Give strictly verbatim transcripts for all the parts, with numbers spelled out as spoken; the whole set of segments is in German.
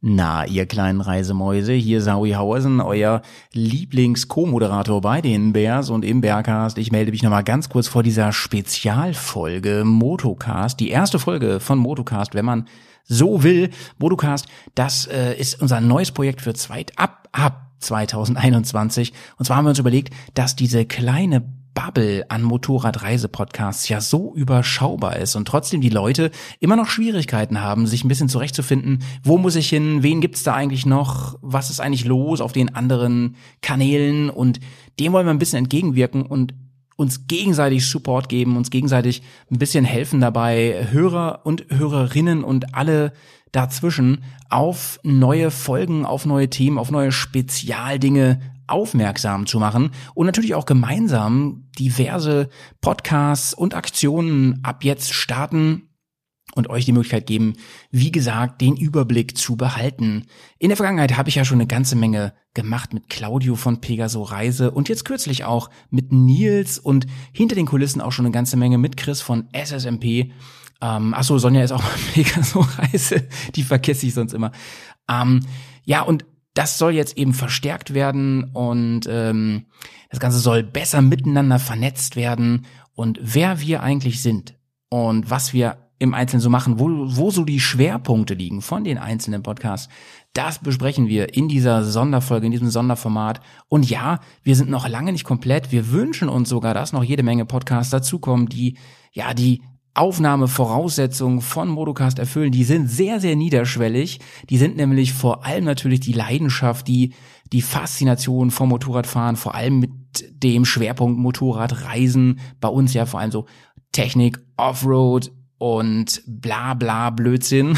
Na, ihr kleinen Reisemäuse, hier ist Howie Hauersen, euer Lieblings-Co-Moderator bei den Bears und im Bearcast. Ich melde mich nochmal ganz kurz vor dieser Spezialfolge Motocast, die erste Folge von Motocast, wenn man so will. Motocast, das äh, ist unser neues Projekt für zweit ab ab zwanzig einundzwanzig. Und zwar haben wir uns überlegt, dass diese kleine Bubble an Motorradreise-Podcasts ja so überschaubar ist und trotzdem die Leute immer noch Schwierigkeiten haben, sich ein bisschen zurechtzufinden, wo muss ich hin, wen gibt's da eigentlich noch, was ist eigentlich los auf den anderen Kanälen, und dem wollen wir ein bisschen entgegenwirken und uns gegenseitig Support geben, uns gegenseitig ein bisschen helfen dabei, Hörer und Hörerinnen und alle dazwischen auf neue Folgen, auf neue Themen, auf neue Spezialdinge aufmerksam zu machen und natürlich auch gemeinsam diverse Podcasts und Aktionen ab jetzt starten und euch die Möglichkeit geben, wie gesagt, den Überblick zu behalten. In der Vergangenheit habe ich ja schon eine ganze Menge gemacht mit Claudio von Pegaso Reise und jetzt kürzlich auch mit Nils und hinter den Kulissen auch schon eine ganze Menge mit Chris von S S M P. Ähm, achso, Sonja ist auch bei Pegaso Reise, die vergesse ich sonst immer. Ähm, ja, und das soll jetzt eben verstärkt werden und ähm, das Ganze soll besser miteinander vernetzt werden, und wer wir eigentlich sind und was wir im Einzelnen so machen, wo, wo so die Schwerpunkte liegen von den einzelnen Podcasts, das besprechen wir in dieser Sonderfolge, in diesem Sonderformat. Und ja, wir sind noch lange nicht komplett. Wir wünschen uns sogar, dass noch jede Menge Podcasts dazukommen, die ja die Aufnahmevoraussetzungen von Motocast erfüllen. Die sind sehr, sehr niederschwellig. Die sind nämlich vor allem natürlich die Leidenschaft, die die Faszination vom Motorradfahren, vor allem mit dem Schwerpunkt Motorradreisen. Bei uns ja vor allem so Technik, Offroad und bla bla Blödsinn.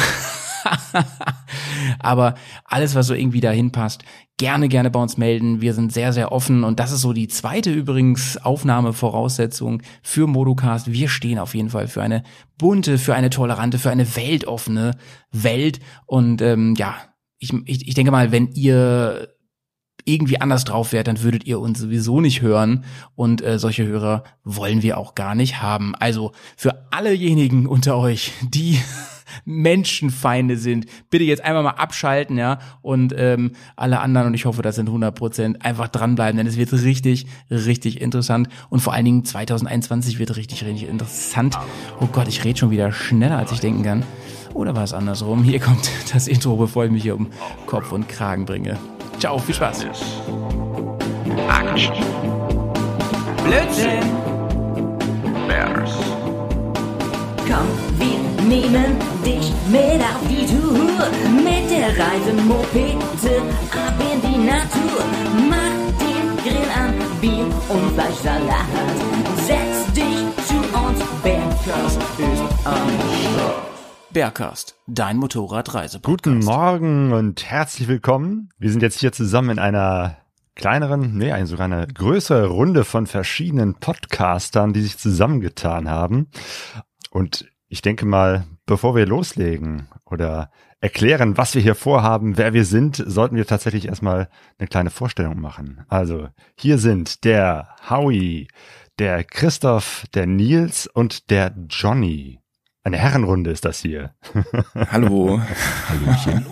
Aber alles, was so irgendwie dahin passt, gerne, gerne bei uns melden. Wir sind sehr, sehr offen, und das ist so die zweite übrigens Aufnahmevoraussetzung für Motocast. Wir stehen auf jeden Fall für eine bunte, für eine tolerante, für eine weltoffene Welt, und ähm, ja, ich, ich, ich denke mal, wenn ihr irgendwie anders drauf wärt, dann würdet ihr uns sowieso nicht hören, und äh, solche Hörer wollen wir auch gar nicht haben. Also für allejenigen unter euch, die Menschenfeinde sind, bitte jetzt einmal mal abschalten, ja, und ähm, alle anderen, und ich hoffe, das sind hundert Prozent, einfach dranbleiben, denn es wird richtig, richtig interessant, und vor allen Dingen zwanzig einundzwanzig wird richtig, richtig interessant. Oh Gott, ich rede schon wieder schneller, als ich denken kann. Oder war es andersrum? Hier kommt das Intro, bevor ich mich hier um Kopf und Kragen bringe. Ciao, viel Spaß. Action. Blödsinn. Bears. Komm, wir nehmen dich mit auf die Tour. Mit der Reisemopete ab in die Natur. Mach den Grill an, Bier und Fleischsalat. Setz dich zu uns, Bearcast ist am Start. Bearcast, dein Motorradreise-Podcast. Guten Morgen und herzlich willkommen. Wir sind jetzt hier zusammen in einer kleineren, nee, eigentlich sogar eine größere Runde von verschiedenen Podcastern, die sich zusammengetan haben. Und ich denke mal, bevor wir loslegen oder erklären, was wir hier vorhaben, wer wir sind, sollten wir tatsächlich erstmal eine kleine Vorstellung machen. Also, hier sind der Howie, der Christoph, der Nils und der Johnny. Eine Herrenrunde ist das hier. Hallo. Hallöchen.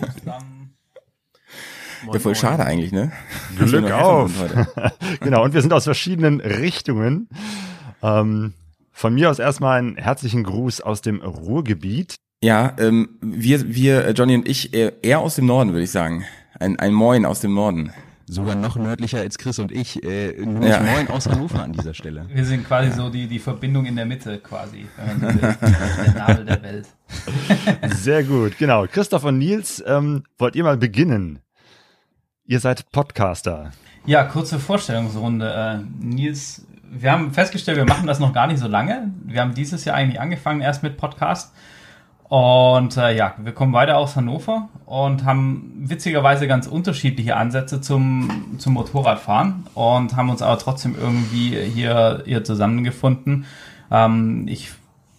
Ja, voll schade eigentlich, ne? Glück auf. Genau, und wir sind aus verschiedenen Richtungen. Ähm, von mir aus erstmal einen herzlichen Gruß aus dem Ruhrgebiet. Ja, ähm, wir, wir, Johnny und ich, eher, eher aus dem Norden, würde ich sagen. Ein, ein Moin aus dem Norden. Sogar noch nördlicher als Chris und ich. Äh, nämlich Ja. Moin aus Hannover an dieser Stelle. Wir sind quasi so die, die Verbindung in der Mitte quasi. Wenn man so will. Der Nabel der Welt. Sehr gut, genau. Christoph und Nils, ähm, wollt ihr mal beginnen? Ihr seid Podcaster. Ja, kurze Vorstellungsrunde. Äh, Nils, wir haben festgestellt, wir machen das noch gar nicht so lange. Wir haben dieses Jahr eigentlich angefangen erst mit Podcast. Und äh, ja, wir kommen beide aus Hannover und haben witzigerweise ganz unterschiedliche Ansätze zum, zum Motorradfahren und haben uns aber trotzdem irgendwie hier, hier zusammengefunden. Ähm, ich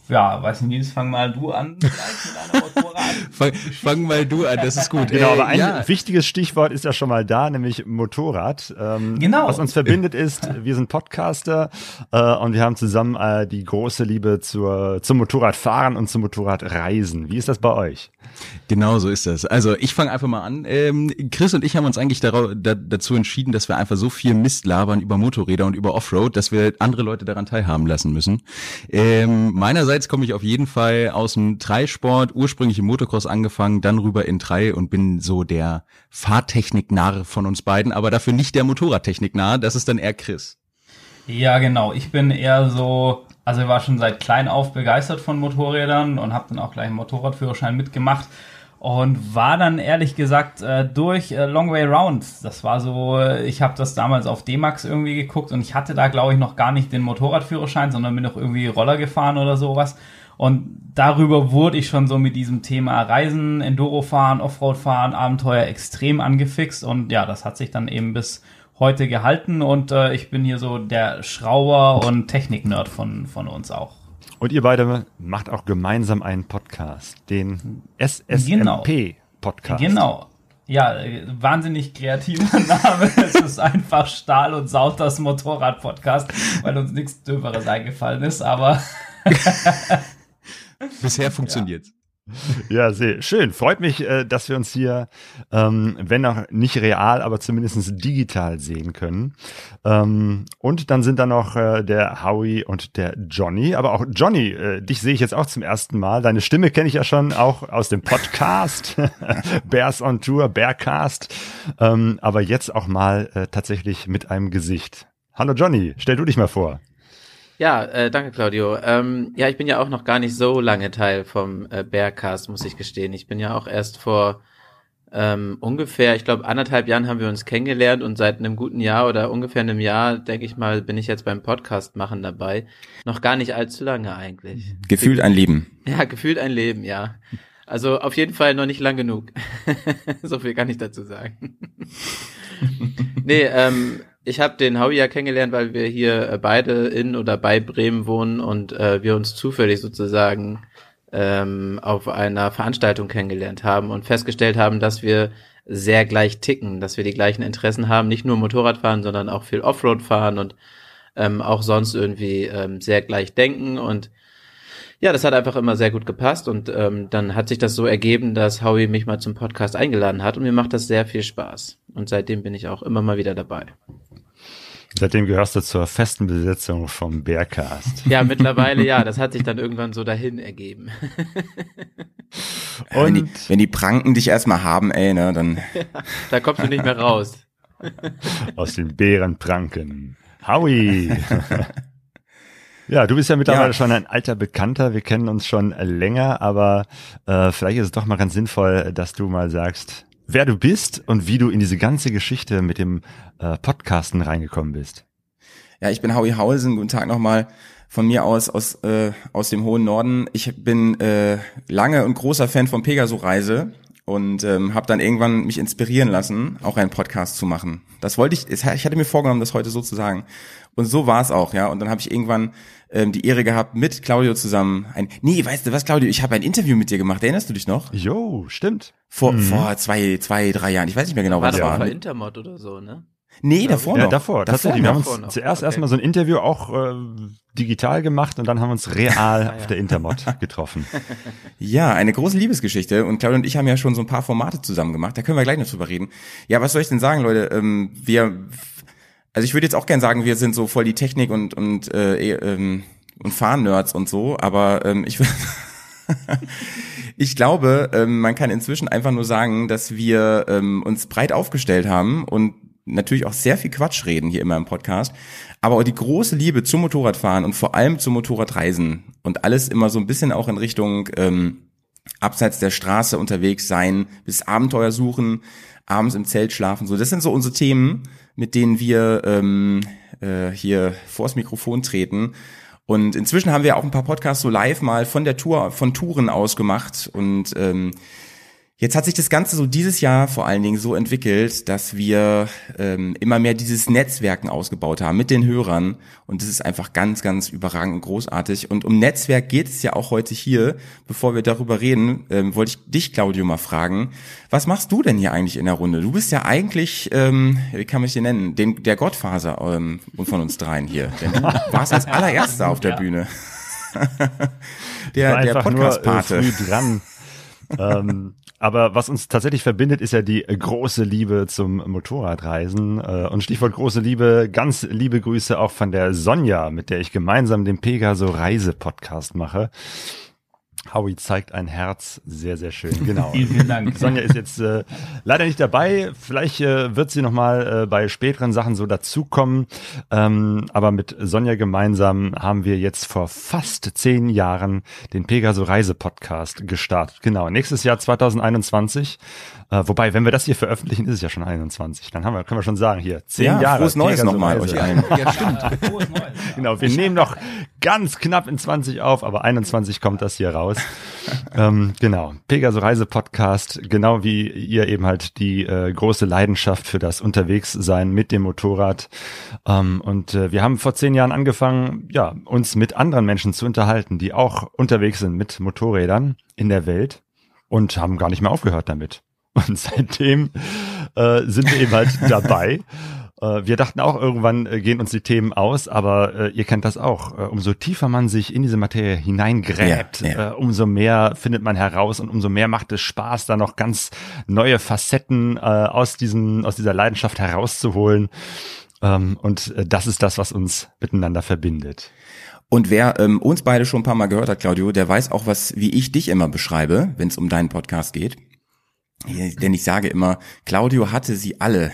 Ja, weiß nicht, Nils, fang mal du an vielleicht mit einer Motorrad. Fang, fang mal du an, das ist gut. Genau, Äh, aber ein ja. wichtiges Stichwort ist ja schon mal da, nämlich Motorrad. Ähm, Genau. Was uns verbindet ist, wir sind Podcaster äh, und wir haben zusammen äh, die große Liebe zur, zum Motorradfahren und zum Motorradreisen. Wie ist das bei euch? Genau so ist das. Also ich fange einfach mal an. Ähm, Chris und ich haben uns eigentlich darauf, da, dazu entschieden, dass wir einfach so viel Mist labern über Motorräder und über Offroad, dass wir andere Leute daran teilhaben lassen müssen. Ähm, meinerseits komme ich auf jeden Fall aus dem Dreisport, ursprünglich im Motocross angefangen, dann rüber in Drei und bin so der Fahrtechnik-Narr von uns beiden, aber dafür nicht der Motorradtechnik-Narr, das ist dann eher Chris. Ja, genau. Ich bin eher so, also ich war schon seit klein auf begeistert von Motorrädern und habe dann auch gleich einen Motorradführerschein mitgemacht und war dann ehrlich gesagt äh, durch äh, Long Way Round. Das war so, ich habe das damals auf D-Max irgendwie geguckt und ich hatte da, glaube ich, noch gar nicht den Motorradführerschein, sondern bin noch irgendwie Roller gefahren oder sowas. Und darüber wurde ich schon so mit diesem Thema Reisen, Enduro-Fahren, Offroad-Fahren, Abenteuer extrem angefixt und ja, das hat sich dann eben bis heute gehalten und äh, ich bin hier so der Schrauber und Technik-Nerd von, von uns auch. Und ihr beide macht auch gemeinsam einen Podcast, den S S M P-Podcast. Genau. Ja, äh, wahnsinnig kreativer Name. Es ist einfach Stahl und Sauters Motorrad-Podcast, weil uns nichts Döberes eingefallen ist, aber Bisher funktioniert's. Ja, sehr schön. Freut mich, äh, dass wir uns hier, ähm, wenn auch nicht real, aber zumindest digital sehen können. Ähm, und dann sind da noch äh, der Howie und der Johnny. Aber auch Johnny, äh, dich sehe ich jetzt auch zum ersten Mal. Deine Stimme kenne ich ja schon auch aus dem Podcast Bears on Tour, Bearcast. Ähm, aber jetzt auch mal äh, tatsächlich mit einem Gesicht. Hallo Johnny, stell du dich mal vor. Ja, äh, danke Claudio. Ähm, ja, ich bin ja auch noch gar nicht so lange Teil vom äh, Bearcast, muss ich gestehen. Ich bin ja auch erst vor ähm, ungefähr, ich glaube anderthalb Jahren haben wir uns kennengelernt und seit einem guten Jahr oder ungefähr einem Jahr, denke ich mal, bin ich jetzt beim Podcast machen dabei. Noch gar nicht allzu lange eigentlich. Gefühlt ein Leben. Ja, gefühlt ein Leben, ja. Also auf jeden Fall noch nicht lang genug. So viel kann ich dazu sagen. Nee, ähm, ich habe den Howie ja kennengelernt, weil wir hier beide in oder bei Bremen wohnen und äh, wir uns zufällig sozusagen ähm, auf einer Veranstaltung kennengelernt haben und festgestellt haben, dass wir sehr gleich ticken, dass wir die gleichen Interessen haben, nicht nur Motorradfahren, sondern auch viel Offroad fahren und ähm, auch sonst irgendwie ähm, sehr gleich denken und ja, das hat einfach immer sehr gut gepasst und ähm, dann hat sich das so ergeben, dass Howie mich mal zum Podcast eingeladen hat und mir macht das sehr viel Spaß. Und seitdem bin ich auch immer mal wieder dabei. Seitdem gehörst du zur festen Besetzung vom Bearcast. Ja, mittlerweile ja, das hat sich dann irgendwann so dahin ergeben. Und wenn die, wenn die Pranken dich erstmal haben, ey, ne, dann... Ja, da kommst du nicht mehr raus. Aus den Bärenpranken. Howie! Ja, du bist ja mittlerweile ja. schon ein alter Bekannter. Wir kennen uns schon länger, aber äh, vielleicht ist es doch mal ganz sinnvoll, dass du mal sagst, wer du bist und wie du in diese ganze Geschichte mit dem äh, Podcasten reingekommen bist. Ja, ich bin Howie Hausen. Guten Tag nochmal von mir aus aus äh, aus dem hohen Norden. Ich bin äh, lange und großer Fan von Pegaso-Reise und ähm, habe dann irgendwann mich inspirieren lassen, auch einen Podcast zu machen. Das wollte ich. Ich hatte mir vorgenommen, das heute so zu sagen. Und so war es auch, ja. Und dann habe ich irgendwann ähm, die Ehre gehabt, mit Claudio zusammen ein. Nee, weißt du was, Claudio? Ich habe ein Interview mit dir gemacht. Erinnerst du dich noch? Jo, stimmt. Vor mhm. vor zwei zwei drei Jahren. Ich weiß nicht mehr genau, war was das war. War das Intermod oder so, ne? Nee, davor ja, noch. davor. davor Tatsächlich. noch. Wir haben uns Davor noch. zuerst Okay. erstmal so ein Interview auch äh, digital gemacht und dann haben wir uns real Ah, ja. auf der Intermod getroffen. Ja, eine große Liebesgeschichte. Und Claudia und ich haben ja schon so ein paar Formate zusammen gemacht. Da können wir gleich noch drüber reden. Ja, was soll ich denn sagen, Leute? Ähm, wir, also ich würde jetzt auch gern sagen, wir sind so voll die Technik und und äh, ähm, und Fahrnerds und so. Aber ähm, ich ich glaube, ähm, man kann inzwischen einfach nur sagen, dass wir ähm, uns breit aufgestellt haben und natürlich auch sehr viel Quatsch reden hier immer im Podcast, aber auch die große Liebe zum Motorradfahren und vor allem zum Motorradreisen und alles immer so ein bisschen auch in Richtung ähm, abseits der Straße unterwegs sein, bis Abenteuer suchen, abends im Zelt schlafen. So, das sind so unsere Themen, mit denen wir ähm, äh, hier vors Mikrofon treten. Und inzwischen haben wir auch ein paar Podcasts so live mal von der Tour, von Touren aus gemacht und ähm, Jetzt hat sich das Ganze so dieses Jahr vor allen Dingen so entwickelt, dass wir ähm, immer mehr dieses Netzwerken ausgebaut haben mit den Hörern und das ist einfach ganz, ganz überragend und großartig und um Netzwerk geht es ja auch heute hier. Bevor wir darüber reden, ähm, wollte ich dich, Claudio, mal fragen, was machst du denn hier eigentlich in der Runde? Du bist ja eigentlich, ähm, wie kann man dich den nennen, den, der Gottfaser ähm, von uns dreien hier, denn du warst als allererster auf der ja. Bühne. der der Podcast-Pate. Nur, äh, früh dran. ähm, aber was uns tatsächlich verbindet, ist ja die große Liebe zum Motorradreisen. Äh, und Stichwort große Liebe, ganz liebe Grüße auch von der Sonja, mit der ich gemeinsam den Pegaso Reise-Podcast mache. Howie zeigt ein Herz, sehr, sehr schön, genau. Vielen, vielen Dank. Sonja ist jetzt äh, leider nicht dabei, vielleicht äh, wird sie nochmal äh, bei späteren Sachen so dazukommen, ähm, aber mit Sonja gemeinsam haben wir jetzt vor fast zehn Jahren den Pegaso Reise Podcast gestartet, genau, nächstes Jahr zwanzig einundzwanzig, äh, wobei, wenn wir das hier veröffentlichen, ist es ja schon einundzwanzig, dann haben wir, können wir schon sagen, hier, zehn ja, Jahre. Frohes Neues nochmal euch allen. Ja, stimmt. Frohes Neues, ja. Genau, wir nehmen noch ganz knapp in zwanzig auf, aber einundzwanzig kommt das hier raus. ähm, genau, Pegaso Reise Podcast, genau wie ihr eben halt die äh, große Leidenschaft für das Unterwegssein mit dem Motorrad. Ähm, und äh, wir haben vor zehn Jahren angefangen, ja, uns mit anderen Menschen zu unterhalten, die auch unterwegs sind mit Motorrädern in der Welt und haben gar nicht mehr aufgehört damit. Und seitdem äh, sind wir eben halt dabei. Wir dachten auch, irgendwann gehen uns die Themen aus, aber äh, ihr kennt das auch. Äh, umso tiefer man sich in diese Materie hineingräbt, ja, ja. Äh, umso mehr findet man heraus und umso mehr macht es Spaß, da noch ganz neue Facetten äh, aus diesem, aus dieser Leidenschaft herauszuholen. Ähm, und äh, das ist das, was uns miteinander verbindet. Und wer ähm, uns beide schon ein paar Mal gehört hat, Claudio, der weiß auch, was, wie ich dich immer beschreibe, wenn es um deinen Podcast geht. Denn ich sage immer, Claudio hatte sie alle.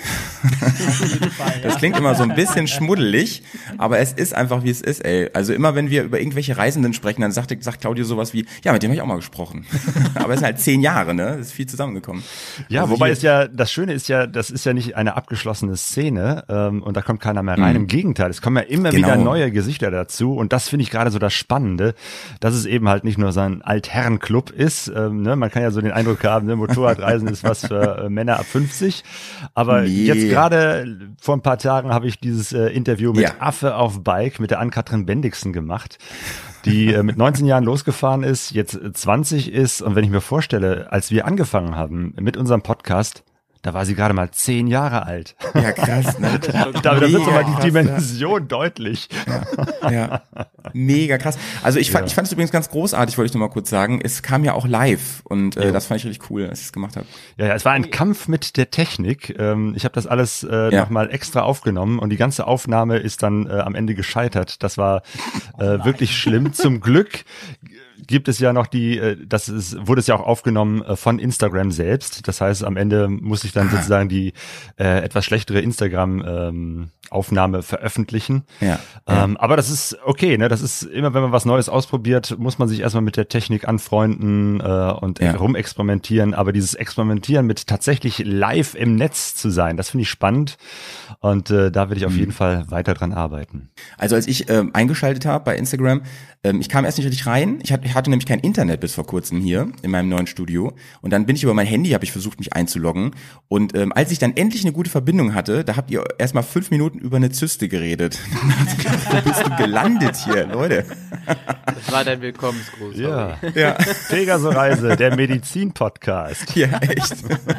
Das klingt immer so ein bisschen schmuddelig, aber es ist einfach, wie es ist, ey. Also immer, wenn wir über irgendwelche Reisenden sprechen, dann sagt, sagt Claudio sowas wie, ja, mit dem habe ich auch mal gesprochen. Aber es sind halt zehn Jahre, ne? Es ist viel zusammengekommen. Ja, also wobei es ja, das Schöne ist ja, das ist ja nicht eine abgeschlossene Szene ähm, und da kommt keiner mehr rein. Mhm. Im Gegenteil, es kommen ja immer genau. wieder neue Gesichter dazu und das finde ich gerade so das Spannende, dass es eben halt nicht nur so ein Altherrenclub ist. Ähm, ne? Man kann ja so den Eindruck haben, ne? Motorradreisen ist was für äh, Männer ab fünfzig. Aber nee. Jetzt gerade vor ein paar Tagen habe ich dieses äh, Interview mit ja. Affe auf Bike mit der Ann-Kathrin Bendixen gemacht, die äh, mit neunzehn Jahren losgefahren ist, jetzt zwanzig ist. Und wenn ich mir vorstelle, als wir angefangen haben mit unserem Podcast, da war sie gerade mal zehn Jahre alt. Ja, krass, ne? Da, da wird so mal die Dimension deutlich. Ja, ja, mega krass. Also ich fand, ja. ich fand es übrigens ganz großartig, wollte ich noch mal kurz sagen. Es kam ja auch live und äh, ja. das fand ich richtig cool, als ich es gemacht habe. Ja, ja, es war ein Kampf mit der Technik. Ähm, ich habe das alles äh, ja. nochmal extra aufgenommen und die ganze Aufnahme ist dann äh, am Ende gescheitert. Das war äh, wirklich schlimm. Zum Glück gibt es ja noch die, das ist, wurde es ja auch aufgenommen von Instagram selbst. Das heißt, am Ende muss ich dann sozusagen die äh, etwas schlechtere Instagram-Aufnahme ähm, veröffentlichen. Ja, ähm, ja. Aber das ist okay, ne? Das ist immer, wenn man was Neues ausprobiert, muss man sich erstmal mit der Technik anfreunden äh, und ja. rumexperimentieren. Aber dieses Experimentieren mit tatsächlich live im Netz zu sein, das finde ich spannend. Und äh, da werde ich auf mhm. jeden Fall weiter dran arbeiten. Also als ich ähm, eingeschaltet habe bei Instagram, ähm, ich kam erst nicht richtig rein. Ich hatte, ich hatte nämlich kein Internet bis vor kurzem hier in meinem neuen Studio. Und dann bin ich über mein Handy, habe ich versucht, mich einzuloggen. Und ähm, als ich dann endlich eine gute Verbindung hatte, da habt ihr erstmal fünf Minuten über eine Zyste geredet. Wo bist du gelandet hier, Leute? Das war dein Willkommensgruß. Ja, ja. Pegaso Reise, der Medizin-Podcast. Ja, echt.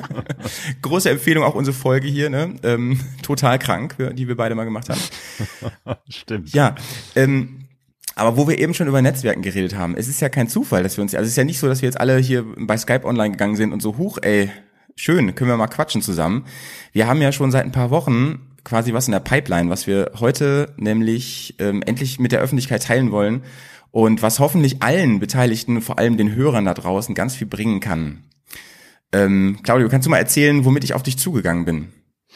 Große Empfehlung, auch unsere Folge hier, ne? Ähm, total krank, die wir beide mal gemacht haben. Stimmt. Ja, ähm, aber wo wir eben schon über Netzwerken geredet haben, es ist ja kein Zufall, dass wir uns, also es ist ja nicht so, dass wir jetzt alle hier bei Skype online gegangen sind und so, huch, ey, schön, können wir mal quatschen zusammen. Wir haben ja schon seit ein paar Wochen quasi was in der Pipeline, was wir heute nämlich ähm, endlich mit der Öffentlichkeit teilen wollen und was hoffentlich allen Beteiligten, vor allem den Hörern da draußen, ganz viel bringen kann. Ähm, Claudio, kannst du mal erzählen, womit ich auf dich zugegangen bin?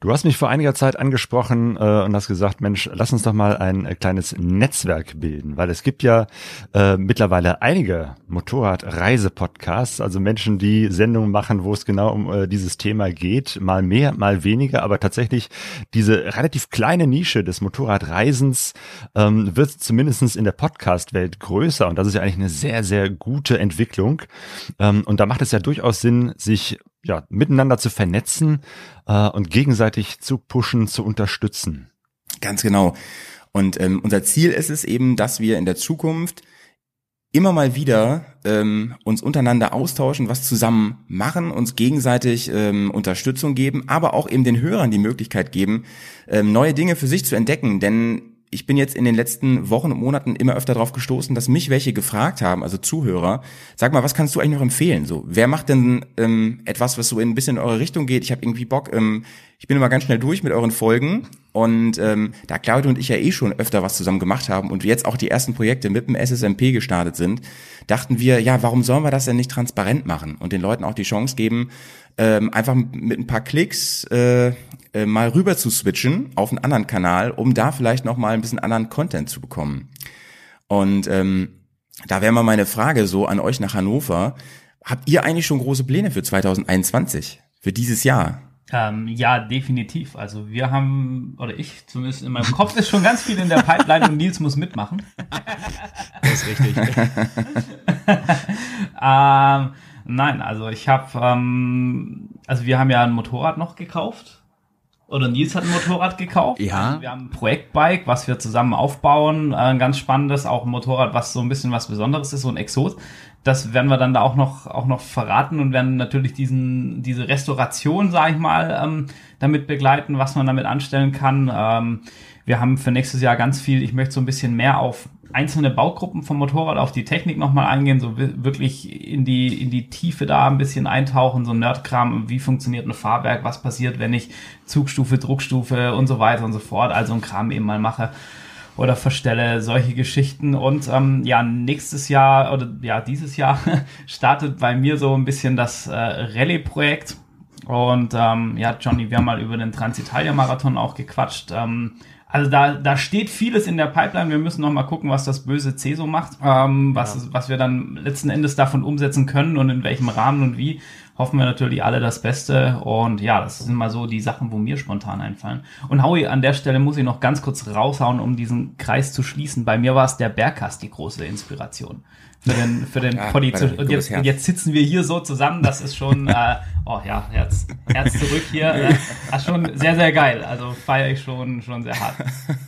Du hast mich vor einiger Zeit angesprochen äh, und hast gesagt, Mensch, lass uns doch mal ein äh, kleines Netzwerk bilden, weil es gibt ja äh, mittlerweile einige Motorradreise-Podcasts, also Menschen, die Sendungen machen, wo es genau um äh, dieses Thema geht, mal mehr, mal weniger, aber tatsächlich diese relativ kleine Nische des Motorradreisens ähm, wird zumindest in der Podcast-Welt größer und das ist ja eigentlich eine sehr, sehr gute Entwicklung ähm, und da macht es ja durchaus Sinn, sich ja miteinander zu vernetzen äh, und gegenseitig zu pushen, zu unterstützen. Ganz genau. Und ähm, unser Ziel ist es eben, dass wir in der Zukunft immer mal wieder ähm, uns untereinander austauschen, was zusammen machen, uns gegenseitig ähm, Unterstützung geben, aber auch eben den Hörern die Möglichkeit geben, ähm, neue Dinge für sich zu entdecken. Denn ich bin jetzt in den letzten Wochen und Monaten immer öfter darauf gestoßen, dass mich welche gefragt haben, also Zuhörer, sag mal, was kannst du eigentlich noch empfehlen? So, wer macht denn ähm, etwas, was so in ein bisschen in eure Richtung geht? Ich habe irgendwie Bock, ähm, ich bin immer ganz schnell durch mit euren Folgen und ähm, da Claudio und ich ja eh schon öfter was zusammen gemacht haben und jetzt auch die ersten Projekte mit dem S S M P gestartet sind, dachten wir, ja, warum sollen wir das denn nicht transparent machen und den Leuten auch die Chance geben, ähm, einfach mit ein paar Klicks äh, äh, mal rüber zu switchen auf einen anderen Kanal, um da vielleicht noch mal ein bisschen anderen Content zu bekommen. Und ähm, da wäre mal meine Frage so an euch nach Hannover. Habt ihr eigentlich schon große Pläne für zwanzig einundzwanzig, für dieses Jahr? Ähm, ja, definitiv. Also wir haben, oder ich zumindest in meinem Kopf ist schon ganz viel in der Pipeline und Nils muss mitmachen. Das ist richtig. ähm, nein, also ich habe, ähm, also wir haben ja ein Motorrad noch gekauft. Oder Nils hat ein Motorrad gekauft. Ja. Wir haben ein Projektbike, was wir zusammen aufbauen. Äh, ein ganz spannendes, auch ein Motorrad, was so ein bisschen was Besonderes ist, so ein Exot. Das werden wir dann da auch noch auch noch verraten und werden natürlich diesen diese Restauration, sage ich mal, ähm, damit begleiten, was man damit anstellen kann. Ähm, wir haben für nächstes Jahr ganz viel, ich möchte so ein bisschen mehr auf einzelne Baugruppen vom Motorrad, auf die Technik nochmal eingehen, so wirklich in die in die Tiefe da ein bisschen eintauchen, so Nerdkram, wie funktioniert ein Fahrwerk, was passiert, wenn ich Zugstufe, Druckstufe und so weiter und so fort, also ein Kram eben mal mache oder verstelle, solche Geschichten. Und ähm, ja, nächstes Jahr oder ja, dieses Jahr startet bei mir so ein bisschen das äh, Rallye-Projekt. Und ähm, ja, Johnny, wir haben mal über den Transitalia-Marathon auch gequatscht. Ähm, also da da steht vieles in der Pipeline. Wir müssen noch mal gucken, was das böse C so macht, ähm, was ja. was wir dann letzten Endes davon umsetzen können und in welchem Rahmen und wie. Hoffen wir natürlich alle das Beste. Und ja, das sind mal so die Sachen, wo mir spontan einfallen. Und Howie, an der Stelle muss ich noch ganz kurz raushauen, um diesen Kreis zu schließen. Bei mir war es der Bergkast die große Inspiration. Für den, für den ja, Poddy zu, und jetzt, jetzt sitzen wir hier so zusammen, das ist schon, äh, oh ja, Herz, Herz zurück hier, äh, das ist schon sehr, sehr geil, also feiere ich schon, schon sehr hart.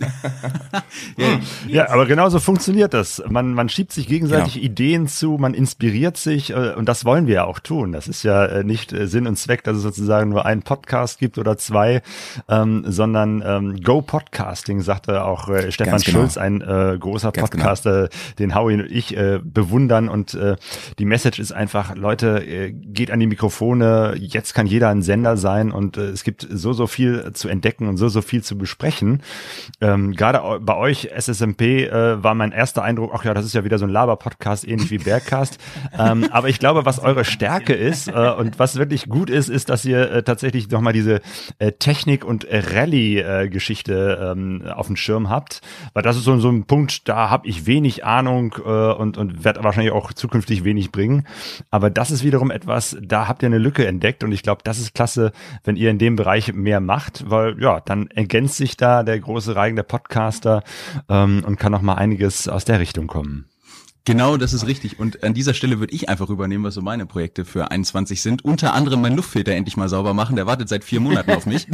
ja, ja, aber genauso funktioniert das. Man, man schiebt sich gegenseitig genau. Ideen zu, man inspiriert sich äh, und das wollen wir ja auch tun. Das ist ja äh, nicht äh, Sinn und Zweck, dass es sozusagen nur einen Podcast gibt oder zwei, ähm, sondern ähm, Go Podcasting, sagte auch äh, Stefan genau. Schulz, ein äh, großer Ganz Podcaster, genau. den Howie und ich äh, bewundern und äh, die Message ist einfach, Leute, äh, geht an die Mikrofone, jetzt kann jeder ein Sender sein und äh, es gibt so, so viel zu entdecken und so, so viel zu besprechen. Ähm, gerade bei euch, S S M P, äh, war mein erster Eindruck, ach ja, das ist ja wieder so ein Laber-Podcast, ähnlich wie Bergcast. ähm, aber ich glaube, was eure Stärke ist äh, und was wirklich gut ist, ist, dass ihr äh, tatsächlich nochmal diese äh, Technik- und äh, Rallye-Geschichte ähm, auf dem Schirm habt, weil das ist so, so ein Punkt, da habe ich wenig Ahnung äh, und, und werde wahrscheinlich auch zukünftig wenig bringen. Aber das ist wiederum etwas, da habt ihr eine Lücke entdeckt und ich glaube, das ist klasse, wenn ihr in dem Bereich mehr macht, weil ja, dann ergänzt sich da der große Reigen der Podcaster ähm, und kann noch mal einiges aus der Richtung kommen. Genau, das ist richtig. Und an dieser Stelle würde ich einfach übernehmen, was so meine Projekte für einundzwanzig sind. Unter anderem mein Luftfilter endlich mal sauber machen. Der wartet seit vier Monaten auf mich.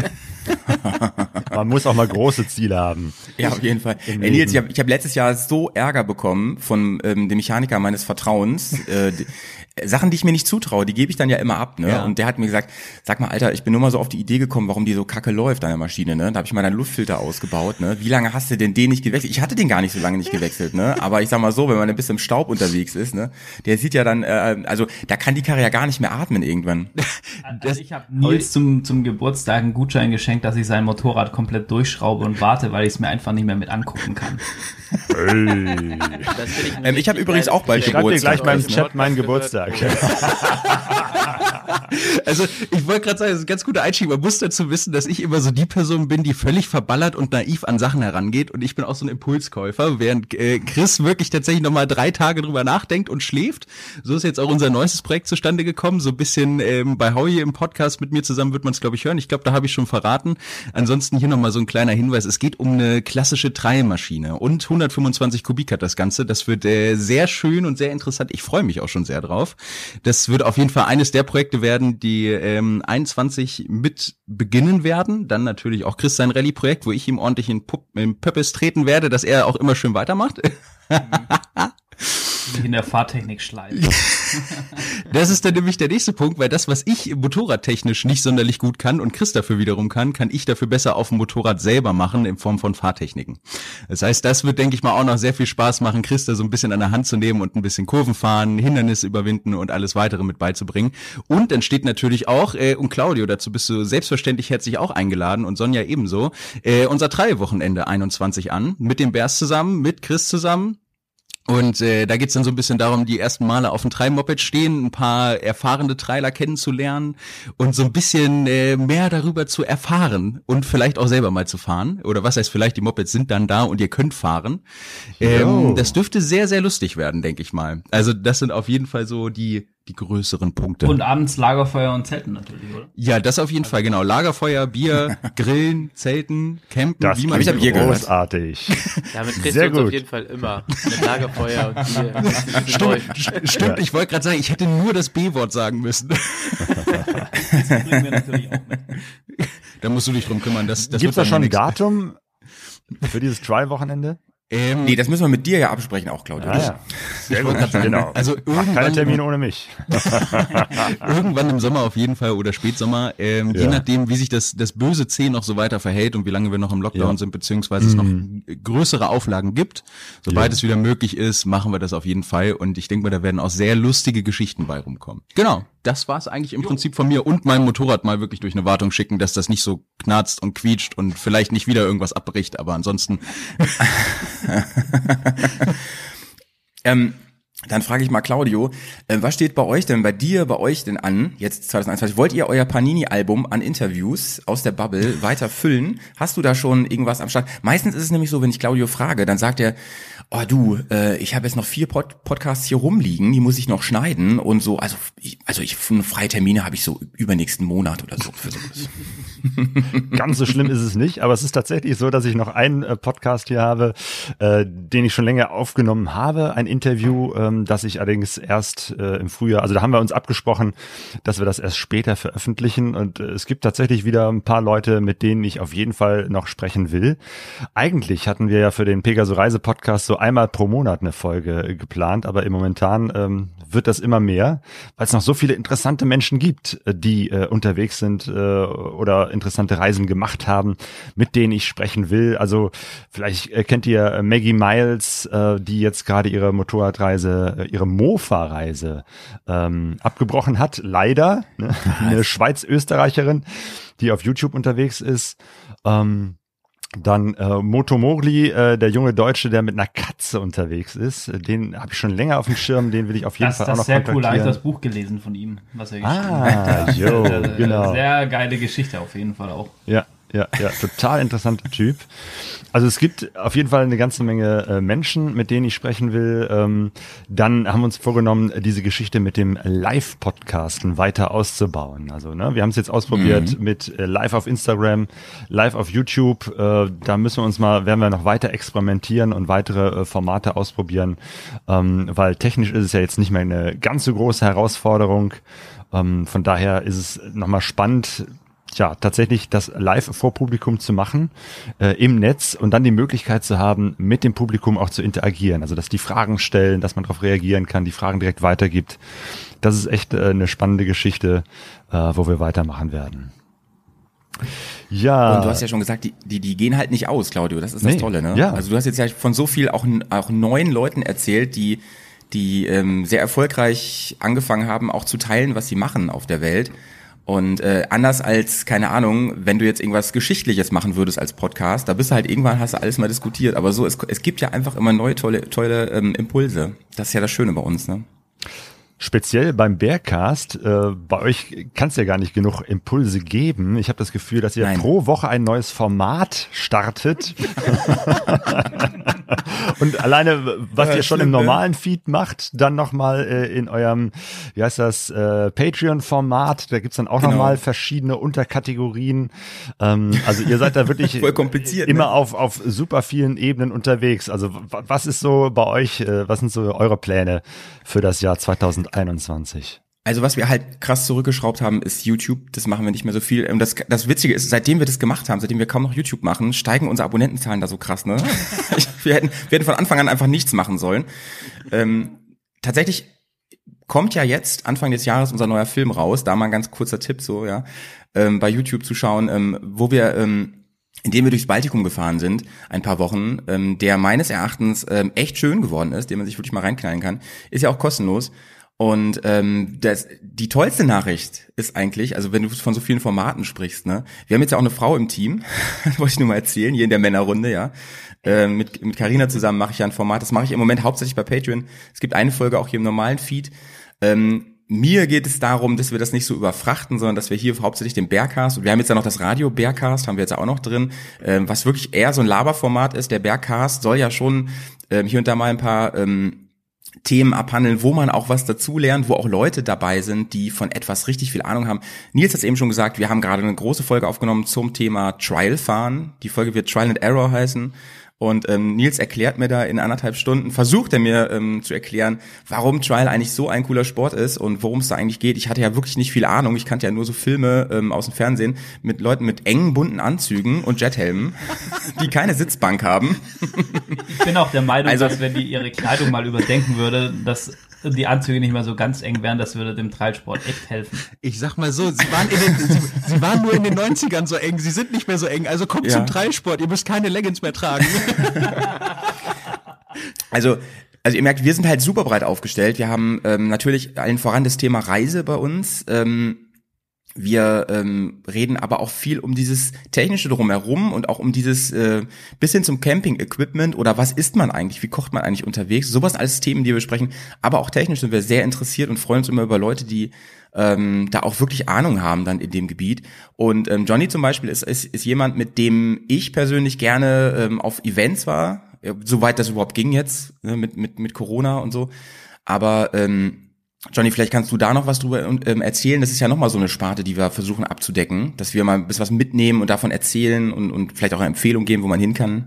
Man muss auch mal große Ziele haben. Ja, auf jeden Fall. Ey, Nils, ich habe ich hab letztes Jahr so Ärger bekommen von ähm, dem Mechaniker meines Vertrauens. Äh, die, Sachen, die ich mir nicht zutraue, die gebe ich dann ja immer ab, ne? Ja. Und der hat mir gesagt, sag mal, Alter, ich bin nur mal so auf die Idee gekommen, warum die so kacke läuft, deine Maschine, ne? Da habe ich mal deinen Luftfilter ausgebaut, ne? Wie lange hast du denn den nicht gewechselt? Ich hatte den gar nicht so lange nicht gewechselt, ne? Aber ich sag mal so, wenn man ein bisschen im Staub unterwegs ist, ne? Der sieht ja dann, äh, also da kann die Karre ja gar nicht mehr atmen irgendwann. Also ich habe Nils zum zum Geburtstag einen Gutschein geschenkt, dass ich sein Motorrad komplett durchschraube und warte, weil ich es mir einfach nicht mehr mit angucken kann. Hey. ähm, ich habe übrigens auch bald ich Geburtstag. Ich schreibe dir gleich meinen Chat meinen Geburtstag. Also ich wollte gerade sagen, das ist ein ganz guter Einstieg. Man muss dazu wissen, dass ich immer so die Person bin, die völlig verballert und naiv an Sachen herangeht. Und ich bin auch so ein Impulskäufer, während äh, Chris wirklich tatsächlich nochmal drei Tage drüber nachdenkt und schläft. So ist jetzt auch unser neuestes Projekt zustande gekommen. So ein bisschen ähm, bei Howie im Podcast mit mir zusammen wird man es, glaube ich, hören. Ich glaube, da habe ich schon verraten. Ansonsten hier nochmal so ein kleiner Hinweis. Es geht um eine klassische Treilmaschine und hundertfünfundzwanzig Kubik hat das Ganze. Das wird äh, sehr schön und sehr interessant. Ich freue mich auch schon sehr drauf. Das wird auf jeden Fall eines der Projekte werden, die ähm, einundzwanzig mit beginnen werden. Dann natürlich auch Chris sein Rallye-Projekt, wo ich ihm ordentlich in, Pup- in Pöppes treten werde, dass er auch immer schön weitermacht. Sich in der Fahrtechnik schleifen. Das ist dann nämlich der nächste Punkt, weil das, was ich motorradtechnisch nicht sonderlich gut kann und Chris dafür wiederum kann, kann ich dafür besser auf dem Motorrad selber machen in Form von Fahrtechniken. Das heißt, das wird, denke ich mal, auch noch sehr viel Spaß machen, Chris da so ein bisschen an der Hand zu nehmen und ein bisschen Kurven fahren, Hindernisse überwinden und alles weitere mit beizubringen. Und dann steht natürlich auch, äh, und Claudio, dazu bist du selbstverständlich herzlich auch eingeladen und Sonja ebenso, äh, unser Trail-Wochenende einundzwanzig an, mit dem Bears zusammen, mit Chris zusammen. Und äh, da geht's dann so ein bisschen darum, die ersten Male auf dem Trail-Moped stehen, ein paar erfahrene Trailer kennenzulernen und so ein bisschen äh, mehr darüber zu erfahren und vielleicht auch selber mal zu fahren. Oder was heißt vielleicht, die Mopeds sind dann da und ihr könnt fahren. Ähm, das dürfte sehr, sehr lustig werden, denke ich mal. Also das sind auf jeden Fall so die die größeren Punkte. Und abends Lagerfeuer und Zelten natürlich, oder? Ja, das auf jeden Fall, genau. Lagerfeuer, Bier, Grillen, Zelten, Campen, Das wie man ich hab Bier gehört. großartig. Damit kriegst Sehr du uns gut. auf jeden Fall immer. Mit Lagerfeuer und Bier. Stimmt, stimmt. Ich wollte gerade sagen, ich hätte nur das B-Wort sagen müssen. Das bringen wir natürlich auch mit. Da musst du dich drum kümmern. Das, das Gibt's wird da schon ein nix. Datum für dieses Trial-Wochenende? Ähm, Nee, das müssen wir mit dir ja absprechen auch, Claudio. Ah, ja. Sehr gut, grad sagen, genau. also Mach keine irgendwann- Termine ohne mich. Irgendwann im Sommer auf jeden Fall oder Spätsommer, ähm, Ja. je nachdem, wie sich das, das böse C noch so weiter verhält und wie lange wir noch im Lockdown Ja. sind, beziehungsweise es noch größere Auflagen gibt. Sobald Ja. es wieder möglich ist, machen wir das auf jeden Fall und ich denke mal, da werden auch sehr lustige Geschichten bei rumkommen. Genau, das war's eigentlich im Prinzip von mir und mein Motorrad mal wirklich durch eine Wartung schicken, dass das nicht so knarzt und quietscht und vielleicht nicht wieder irgendwas abbricht, aber ansonsten Ähm, dann frage ich mal Claudio, äh, was steht bei euch denn, bei dir, bei euch denn an, jetzt zwanzig einundzwanzig? Wollt ihr euer Panini-Album an Interviews aus der Bubble weiter füllen? Hast du da schon irgendwas am Start? Meistens ist es nämlich so, wenn ich Claudio frage, dann sagt er, oh du, äh, ich habe jetzt noch vier Pod- Podcasts hier rumliegen, die muss ich noch schneiden und so, also ich, also ich freie Termine habe ich so übernächsten Monat oder so für sowas. Ganz so schlimm ist es nicht, aber es ist tatsächlich so, dass ich noch einen äh, Podcast hier habe, äh, den ich schon länger aufgenommen habe, ein Interview, ähm, das ich allerdings erst äh, im Frühjahr, also da haben wir uns abgesprochen, dass wir das erst später veröffentlichen und äh, es gibt tatsächlich wieder ein paar Leute, mit denen ich auf jeden Fall noch sprechen will. Eigentlich hatten wir ja für den Pegaso Reise Podcast so einmal pro Monat eine Folge äh, geplant, aber im momentan ähm, wird das immer mehr, weil es noch so viele interessante Menschen gibt, äh, die äh, unterwegs sind äh, oder interessante Reisen gemacht haben, mit denen ich sprechen will. Also vielleicht äh, kennt ihr äh, Maggie Miles, äh, die jetzt gerade ihre Motorradreise, äh, ihre Mofa-Reise ähm, abgebrochen hat, leider. Ne? Eine Schweiz-Österreicherin, die auf YouTube unterwegs ist. Ähm, Dann äh, Moto Mogli, äh, der junge Deutsche, der mit einer Katze unterwegs ist. Den habe ich schon länger auf dem Schirm, den will ich auf jeden Das, Fall das auch noch ist sehr cool, da habe ich kontaktieren. das Buch gelesen von ihm, was er geschrieben hat. Ah, jo, Äh, genau. Sehr geile Geschichte auf jeden Fall auch. Ja, ja, ja, total interessanter Typ. Also es gibt auf jeden Fall eine ganze Menge äh, Menschen, mit denen ich sprechen will. Ähm, dann haben wir uns vorgenommen, diese Geschichte mit dem Live-Podcasten weiter auszubauen. Also ne, wir haben es jetzt ausprobiert Mhm. mit äh, Live auf Instagram, Live auf YouTube. Äh, da müssen wir uns mal, werden wir noch weiter experimentieren und weitere äh, Formate ausprobieren, ähm, weil technisch ist es ja jetzt nicht mehr eine ganz so große Herausforderung. Ähm, von daher ist es nochmal spannend, ja, tatsächlich das live vor Publikum zu machen, äh, im Netz und dann die Möglichkeit zu haben, mit dem Publikum auch zu interagieren. Also, dass die Fragen stellen, dass man darauf reagieren kann, die Fragen direkt weitergibt. Das ist echt äh, eine spannende Geschichte, äh, wo wir weitermachen werden. Ja. Und du hast ja schon gesagt, die, die, die gehen halt nicht aus, Claudio. Das ist das Nee, Tolle, ne? ja. Also du hast jetzt ja von so viel auch, auch neuen Leuten erzählt, die, die ähm, sehr erfolgreich angefangen haben, auch zu teilen, was sie machen auf der Welt. Und äh, anders als, keine Ahnung, wenn du jetzt irgendwas Geschichtliches machen würdest als Podcast, da bist du halt irgendwann, hast du alles mal diskutiert. Aber so, es, es gibt ja einfach immer neue, tolle, tolle ähm, Impulse. Das ist ja das Schöne bei uns, ne? Speziell beim Bearcast, äh, bei euch kann es ja gar nicht genug Impulse geben. Ich habe das Gefühl, dass ihr Nein. pro Woche ein neues Format startet. Und alleine, was Ja, ihr schon schlimm, im ne? normalen Feed macht, dann nochmal äh, in eurem, wie heißt das, äh, Patreon-Format. Da gibt's dann auch Genau. nochmal verschiedene Unterkategorien. Ähm, also ihr seid da wirklich Voll kompliziert, immer ne? auf, auf super vielen Ebenen unterwegs. Also w- was ist so bei euch, äh, was sind so eure Pläne für das Jahr zwanzig einundzwanzig? Also was wir halt krass zurückgeschraubt haben, ist YouTube. Das machen wir nicht mehr so viel. Und das, das Witzige ist, seitdem wir das gemacht haben, seitdem wir kaum noch YouTube machen, steigen unsere Abonnentenzahlen da so krass, ne? Ich, wir, hätten, wir hätten von Anfang an einfach nichts machen sollen. Ähm, tatsächlich kommt ja jetzt Anfang des Jahres unser neuer Film raus. Da mal ein ganz kurzer Tipp so, ja, ähm, bei YouTube zu schauen, ähm, wo wir, ähm, indem wir durchs Baltikum gefahren sind, ein paar Wochen, ähm, der meines Erachtens ähm, echt schön geworden ist, den man sich wirklich mal reinknallen kann, ist ja auch kostenlos. Und ähm, das, die tollste Nachricht ist eigentlich, also wenn du von so vielen Formaten sprichst, ne, wir haben jetzt ja auch eine Frau im Team, das wollte ich nur mal erzählen, hier in der Männerrunde, ja. Äh, mit mit Carina zusammen mache ich ja ein Format, das mache ich im Moment hauptsächlich bei Patreon. Es gibt eine Folge auch hier im normalen Feed. Ähm, mir geht es darum, dass wir das nicht so überfrachten, sondern dass wir hier hauptsächlich den Bearcast, und wir haben jetzt ja noch das Radio Bearcast, haben wir jetzt auch noch drin, ähm, was wirklich eher so ein Laberformat ist. Der Bearcast soll ja schon ähm, hier und da mal ein paar ähm, Themen abhandeln, wo man auch was dazulernt, wo auch Leute dabei sind, die von etwas richtig viel Ahnung haben. Nils hat es eben schon gesagt, wir haben gerade eine große Folge aufgenommen zum Thema Trial fahren. Die Folge wird Trial and Error heißen. Und ähm, Nils erklärt mir da in anderthalb Stunden, versucht er mir ähm, zu erklären, warum Trial eigentlich so ein cooler Sport ist und worum es da eigentlich geht. Ich hatte ja wirklich nicht viel Ahnung. Ich kannte ja nur so Filme ähm, aus dem Fernsehen mit Leuten mit engen, bunten Anzügen und Jethelmen, die keine Sitzbank haben. Ich bin auch der Meinung, Also- dass wenn die ihre Kleidung mal überdenken würde, dass die Anzüge nicht mehr so ganz eng wären, das würde dem Trailsport echt helfen. Ich sag mal so, sie waren, in den, sie, sie waren nur in den neunzigern so eng, sie sind nicht mehr so eng, also kommt Ja. zum Trailsport, ihr müsst keine Leggings mehr tragen. Also, also ihr merkt, wir sind halt super breit aufgestellt. Wir haben ähm, natürlich allen voran das Thema Reise bei uns. Ähm, wir ähm, reden aber auch viel um dieses Technische drumherum und auch um dieses äh, bis hin zum Camping-Equipment oder was isst man eigentlich, wie kocht man eigentlich unterwegs. Sowas alles Themen, die wir besprechen. Aber auch technisch sind wir sehr interessiert und freuen uns immer über Leute, die ähm, da auch wirklich Ahnung haben dann in dem Gebiet. Und ähm, Johnny zum Beispiel ist, ist, ist jemand, mit dem ich persönlich gerne ähm, auf Events war, ja, soweit das überhaupt ging jetzt, ne, mit, mit, mit Corona und so. Aber ähm, Johnny, vielleicht kannst du da noch was drüber ähm, erzählen. Das ist ja nochmal so eine Sparte, die wir versuchen abzudecken, dass wir mal ein bisschen was mitnehmen und davon erzählen und, und vielleicht auch eine Empfehlung geben, wo man hin kann.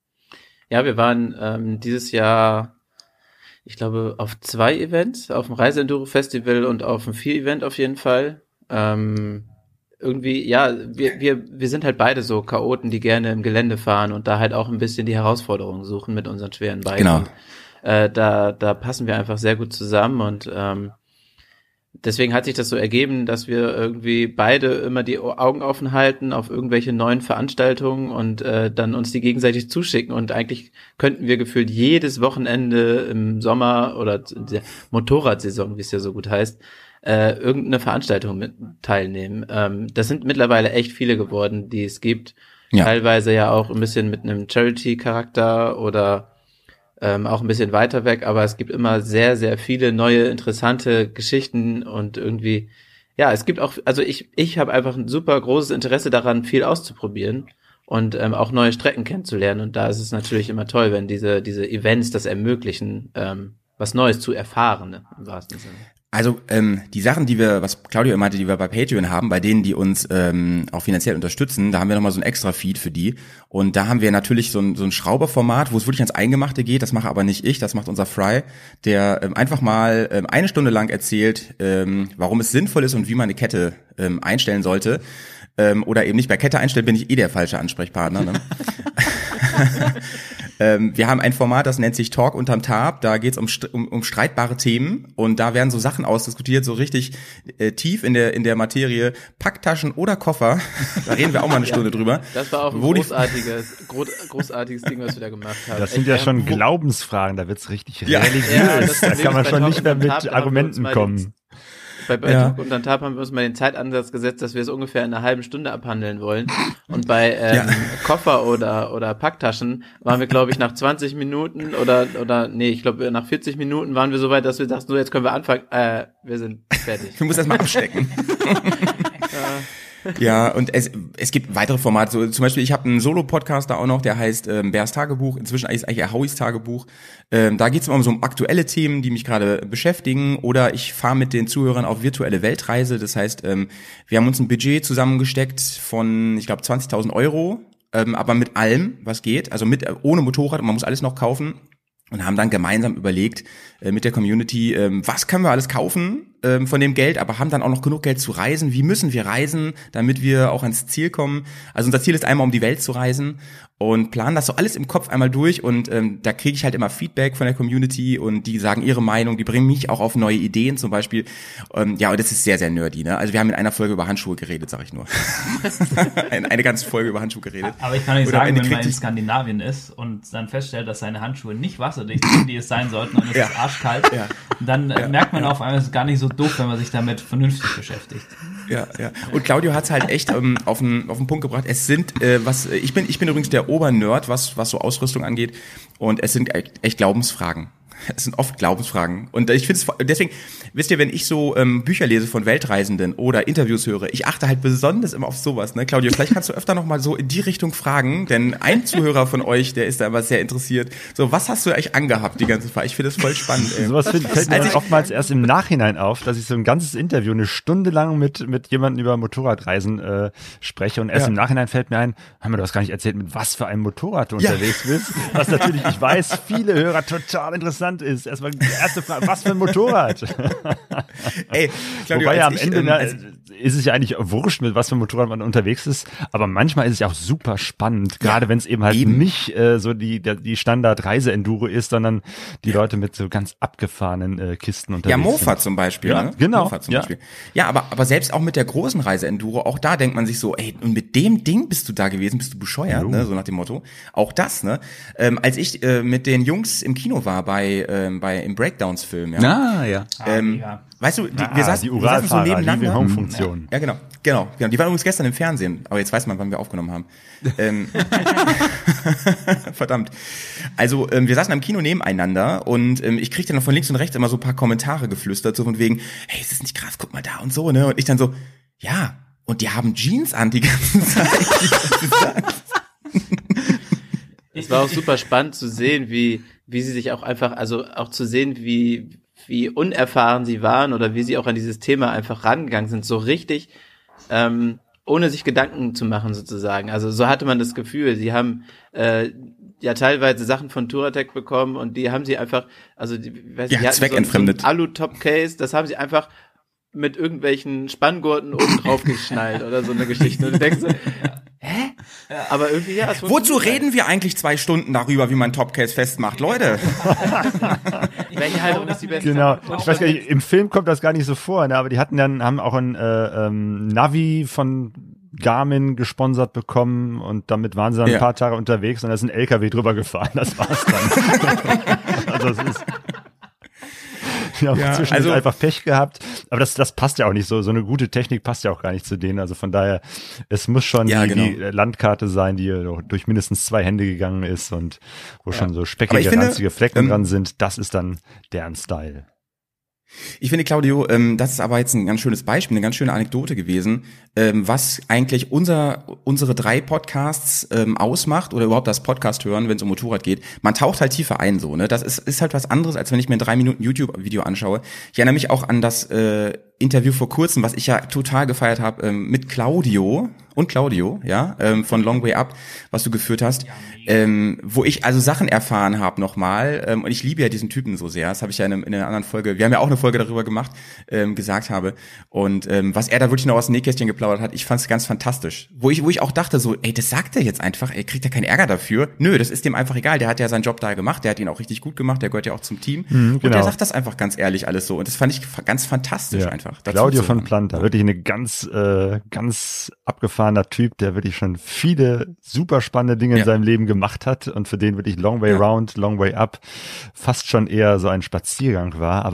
Ja, wir waren ähm, dieses Jahr, ich glaube, auf zwei Events, auf dem Reise-Enduro-Festival und auf dem Vier-Event auf jeden Fall. Ähm, irgendwie, ja, wir, wir, wir sind halt beide so Chaoten, die gerne im Gelände fahren und da halt auch ein bisschen die Herausforderungen suchen mit unseren schweren Bikes. Genau. Und, äh, da, da passen wir einfach sehr gut zusammen und ähm, deswegen hat sich das so ergeben, dass wir irgendwie beide immer die Augen offen halten auf irgendwelche neuen Veranstaltungen und äh, dann uns die gegenseitig zuschicken und eigentlich könnten wir gefühlt jedes Wochenende im Sommer oder der Motorradsaison, wie es ja so gut heißt, äh, irgendeine Veranstaltung mit teilnehmen. Ähm, das sind mittlerweile echt viele geworden, die es gibt. Ja. Teilweise ja auch ein bisschen mit einem Charity-Charakter oder ähm, auch ein bisschen weiter weg, aber es gibt immer sehr, sehr viele neue, interessante Geschichten und irgendwie, ja, es gibt auch, also ich, ich habe einfach ein super großes Interesse daran, viel auszuprobieren und ähm, auch neue Strecken kennenzulernen und da ist es natürlich immer toll, wenn diese, diese Events das ermöglichen, ähm, was Neues zu erfahren, ne, im wahrsten Sinne. Also ähm, die Sachen, die wir, was Claudio meinte, die wir bei Patreon haben, bei denen, die uns ähm, auch finanziell unterstützen, da haben wir nochmal so ein extra Feed für die. Und da haben wir natürlich so ein, so ein Schrauberformat, wo es wirklich ans Eingemachte geht. Das mache aber nicht ich, das macht unser Fry, der ähm, einfach mal ähm, eine Stunde lang erzählt, ähm, warum es sinnvoll ist und wie man eine Kette ähm, einstellen sollte. Ähm, oder eben nicht. Bei Kette einstellen bin ich eh der falsche Ansprechpartner. Ne? Ähm, wir haben ein Format, das nennt sich Talk unterm Tab. Da geht es um, um, um streitbare Themen und da werden so Sachen ausdiskutiert, so richtig äh, tief in der in der Materie. Packtaschen oder Koffer, da reden wir auch mal eine Stunde drüber. Das war auch ein Wo die- großartiges, gro großartiges Ding, was wir da gemacht haben. Das sind Echt, ja wir schon haben- Glaubensfragen, da wird's richtig Ja. religiös. Ja, das da Problem kann man ist, schon bei nicht mehr Talk und mit Tab, da haben wir uns Argumenten mal kommen. Bei, bei Ja. Druck und Tab haben wir uns mal den Zeitansatz gesetzt, dass wir es ungefähr in einer halben Stunde abhandeln wollen. Und bei ähm, Ja. Koffer oder oder Packtaschen waren wir, glaube ich, nach zwanzig Minuten oder oder nee, ich glaube nach vierzig Minuten waren wir so weit, dass wir dachten, so jetzt können wir anfangen. Äh, wir sind fertig. Du musst erst mal abstecken. Ja, und es, es gibt weitere Formate, so zum Beispiel, ich habe einen Solo-Podcast da auch noch, der heißt ähm, Bärs Tagebuch, inzwischen ist eigentlich eher Hauis Tagebuch. Ähm, da geht es immer um so um aktuelle Themen, die mich gerade beschäftigen, oder ich fahre mit den Zuhörern auf virtuelle Weltreise, das heißt, ähm, wir haben uns ein Budget zusammengesteckt von, ich glaube, zwanzigtausend Euro, ähm, aber mit allem, was geht, also mit ohne Motorrad, und man muss alles noch kaufen. Und haben dann gemeinsam überlegt äh, mit der Community, ähm, was können wir alles kaufen ähm, von dem Geld, aber haben dann auch noch genug Geld zu reisen. Wie müssen wir reisen, damit wir auch ans Ziel kommen? Also unser Ziel ist einmal, um die Welt zu reisen, und planen das so alles im Kopf einmal durch. Und ähm, da kriege ich halt immer Feedback von der Community, und die sagen ihre Meinung, die bringen mich auch auf neue Ideen zum Beispiel. Ähm, ja, und das ist sehr, sehr nerdy, ne? Also wir haben in einer Folge über Handschuhe geredet, sag ich nur. eine, eine ganze Folge über Handschuhe geredet. Aber ich kann nicht Oder am sagen, Ende wenn man kriegt in die- Skandinavien ist und dann feststellt, dass seine Handschuhe nicht wasserdicht sind, die es sein sollten, und es Ja. ist arschkalt, Ja. dann äh, merkt man auf einmal, es ist gar nicht so doof, wenn man sich damit vernünftig beschäftigt. Ja, ja. Und Claudio hat's halt echt ähm, auf den auf den Punkt gebracht. Es sind äh, was ich bin ich bin übrigens der Obernerd, was was so Ausrüstung angeht, und es sind echt, echt Glaubensfragen. Es sind oft Glaubensfragen. Und ich finde es, deswegen, wisst ihr, wenn ich so ähm, Bücher lese von Weltreisenden oder Interviews höre, ich achte halt besonders immer auf sowas, ne? Claudio, vielleicht kannst du öfter noch mal so in die Richtung fragen, denn ein Zuhörer von euch, der ist da immer sehr interessiert. So, was hast du eigentlich angehabt die ganze Zeit? Ich finde das voll spannend, ey. Sowas find, fällt mir Als dann ich- oftmals erst im Nachhinein auf, dass ich so ein ganzes Interview eine Stunde lang mit mit jemandem über Motorradreisen äh, spreche, und erst Ja. im Nachhinein fällt mir ein, haben wir, du hast gar nicht erzählt, mit was für einem Motorrad du Ja. unterwegs bist. Was natürlich, ich weiß, viele Hörer total interessant ist. Erstmal die erste Frage, was für ein Motorrad? Ey, Claudio, Wobei ja als am ich, Ende ähm, na, als, ist es ja eigentlich wurscht, mit was für ein Motorrad man unterwegs ist, aber manchmal ist es ja auch super spannend, gerade wenn es eben halt eben. nicht äh, so die der, die Standard-Reise-Enduro ist, sondern die Leute mit so ganz abgefahrenen äh, Kisten unterwegs Ja, Mofa sind. zum Beispiel. Ja, ne? genau, Mofa zum ja. Beispiel. Ja, aber, aber selbst auch mit der großen Reise-Enduro, auch da denkt man sich so, ey, und mit dem Ding bist du da gewesen, bist du bescheuert, Jo. ne? So nach dem Motto. Auch das, ne? Ähm, als ich äh, mit den Jungs im Kino war, bei, ähm, bei im Breakdowns-Film, ja. Ah, ja. ähm, mega. Weißt du, die, Ah, wir saßen, die wir saßen so Uralfahrer, nebeneinander. Leaving-Home-Funktion. Ja, genau, genau, genau. Die waren übrigens gestern im Fernsehen, aber jetzt weiß man, wann wir aufgenommen haben. ähm, Verdammt. Also ähm, wir saßen am Kino nebeneinander, und ähm, ich kriegte dann von links und rechts immer so ein paar Kommentare geflüstert, so von wegen, hey, ist das nicht krass, guck mal da und so, ne? Und ich dann so, ja, und die haben Jeans an die ganze Zeit. Die ganze Zeit. Es war auch super spannend zu sehen, wie, wie sie sich auch einfach, also auch zu sehen, wie, wie unerfahren sie waren oder wie sie auch an dieses Thema einfach rangegangen sind, so richtig, ähm, ohne sich Gedanken zu machen sozusagen. Also so hatte man das Gefühl, sie haben äh, ja teilweise Sachen von Touratech bekommen, und die haben sie einfach, also die, weiß Ja, die hatten zweckentfremdet. so ein Alu-Top-Case, das haben sie einfach mit irgendwelchen Spanngurten oben drauf geschnallt oder so eine Geschichte. Und du denkst so, hä? Aber irgendwie, ja, es Wozu funktioniert reden wir eigentlich zwei Stunden darüber, wie man Topcase festmacht, Leute? halt. Welche Haltung ist die beste? Genau. Ich weiß gar nicht, im Film kommt das gar nicht so vor, ne? Aber die hatten dann, haben auch ein äh, ähm, Navi von Garmin gesponsert bekommen, und damit waren sie dann Ja. ein paar Tage unterwegs, und da ist ein L K W drüber gefahren. Das war's dann. Also es ist. Wir haben Ja, zwischendurch also- einfach Pech gehabt, aber das, das passt ja auch nicht so. So eine gute Technik passt ja auch gar nicht zu denen. Also von daher, es muss schon Ja, die, genau. die Landkarte sein, die durch mindestens zwei Hände gegangen ist und wo schon so speckige, Aber ich finde, ranzige Flecken ähm, dran sind. Das ist dann deren Style. Ich finde, Claudio, ähm, das ist aber jetzt ein ganz schönes Beispiel, eine ganz schöne Anekdote gewesen, ähm, was eigentlich unser, unsere drei Podcasts ähm, ausmacht, oder überhaupt das Podcast hören, wenn es um Motorrad geht. Man taucht halt tiefer ein, so, ne? Das ist, ist halt was anderes, als wenn ich mir ein drei Minuten YouTube-Video anschaue. Ich erinnere mich auch an das äh, Interview vor kurzem, was ich ja total gefeiert habe, ähm, mit Claudio und Claudio, ja, ähm, von Long Way Up, was du geführt hast, ähm, wo ich also Sachen erfahren habe nochmal, ähm, und ich liebe ja diesen Typen so sehr, das habe ich ja in, einem, in einer anderen Folge, wir haben ja auch eine Folge darüber gemacht, ähm, gesagt habe, und ähm, was er da wirklich noch aus dem Nähkästchen geplaudert hat, ich fand es ganz fantastisch, wo ich wo ich auch dachte so, ey, das sagt er jetzt einfach, er kriegt ja keinen Ärger dafür, nö, das ist dem einfach egal, der hat ja seinen Job da gemacht, der hat ihn auch richtig gut gemacht, der gehört ja auch zum Team, und genau. der sagt das einfach ganz ehrlich alles so, und das fand ich fa- ganz fantastisch Ja. einfach. dazu Claudio zu von hören. Planta, wirklich eine ganz, äh, ganz abgefahrener Typ, der wirklich schon viele super spannende Dinge Ja. in seinem Leben gemacht hat und für den wirklich Long Way Ja. Round, Long Way Up fast schon eher so ein Spaziergang war, aber echt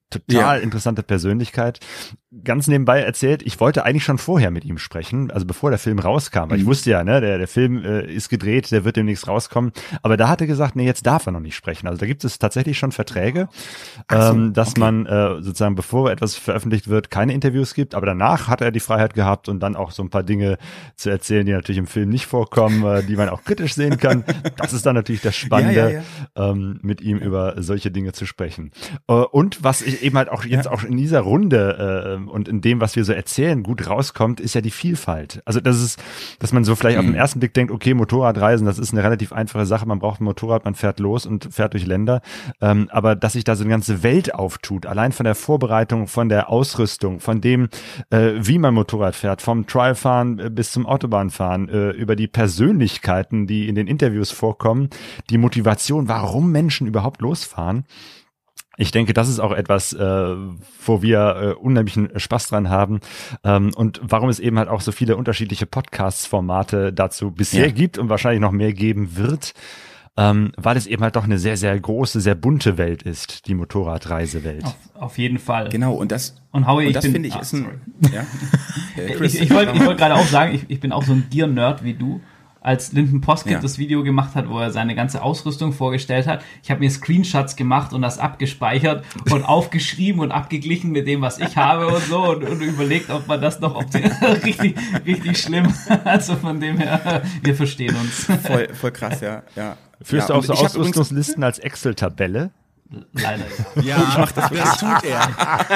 total ja. interessante Persönlichkeit. Ganz nebenbei erzählt, ich wollte eigentlich schon vorher mit ihm sprechen, also bevor der Film rauskam. Weil mhm. ich wusste ja, ne, der, der Film äh, ist gedreht, der wird demnächst rauskommen. Aber da hat er gesagt, nee, jetzt darf er noch nicht sprechen. Also da gibt es tatsächlich schon Verträge, so, ähm, dass okay. man äh, sozusagen, bevor etwas veröffentlicht wird, keine Interviews gibt. Aber danach hat er die Freiheit gehabt und dann auch so ein paar Dinge zu erzählen, die natürlich im Film nicht vorkommen, äh, die man auch kritisch sehen kann. Das ist dann natürlich das Spannende, ja, ja, ja. Ähm, mit ihm über solche Dinge zu sprechen. Äh, und was ich eben halt auch jetzt ja. auch in dieser Runde äh, und in dem, was wir so erzählen, gut rauskommt, ist ja die Vielfalt. Also das ist, dass man so vielleicht mhm. auf den ersten Blick denkt, okay, Motorradreisen, das ist eine relativ einfache Sache, man braucht ein Motorrad, man fährt los und fährt durch Länder, ähm, aber dass sich da so eine ganze Welt auftut, allein von der Vorbereitung, von der Ausrüstung, von dem, äh, wie man Motorrad fährt, vom Trialfahren bis zum Autobahnfahren, äh, über die Persönlichkeiten, die in den Interviews vorkommen, die Motivation, warum Menschen überhaupt losfahren. Ich denke, das ist auch etwas, äh, wo wir äh, unheimlichen Spaß dran haben ähm, und warum es eben halt auch so viele unterschiedliche Podcast-Formate dazu bisher ja. gibt und wahrscheinlich noch mehr geben wird, ähm, weil es eben halt doch eine sehr, sehr große, sehr bunte Welt ist, die Motorradreisewelt. Auf, auf jeden Fall. Genau, und das, und Howie, und ich das bin, finde ich ah, ist ein... Ja? ich ich wollte ich wollt gerade auch sagen, ich, ich bin auch so ein Gear-Nerd wie du. Als Linden Poskett ja. das Video gemacht hat, wo er seine ganze Ausrüstung vorgestellt hat. Ich habe mir Screenshots gemacht und das abgespeichert und aufgeschrieben und abgeglichen mit dem, was ich habe und so und, und überlegt, ob man das noch ob die, richtig, richtig schlimm. Also von dem her, wir verstehen uns. Voll, voll krass, ja. ja. Führst ja, du auch so Ausrüstungslisten als Excel-Tabelle? Leider ja. Ja, ich mach das, das tut er.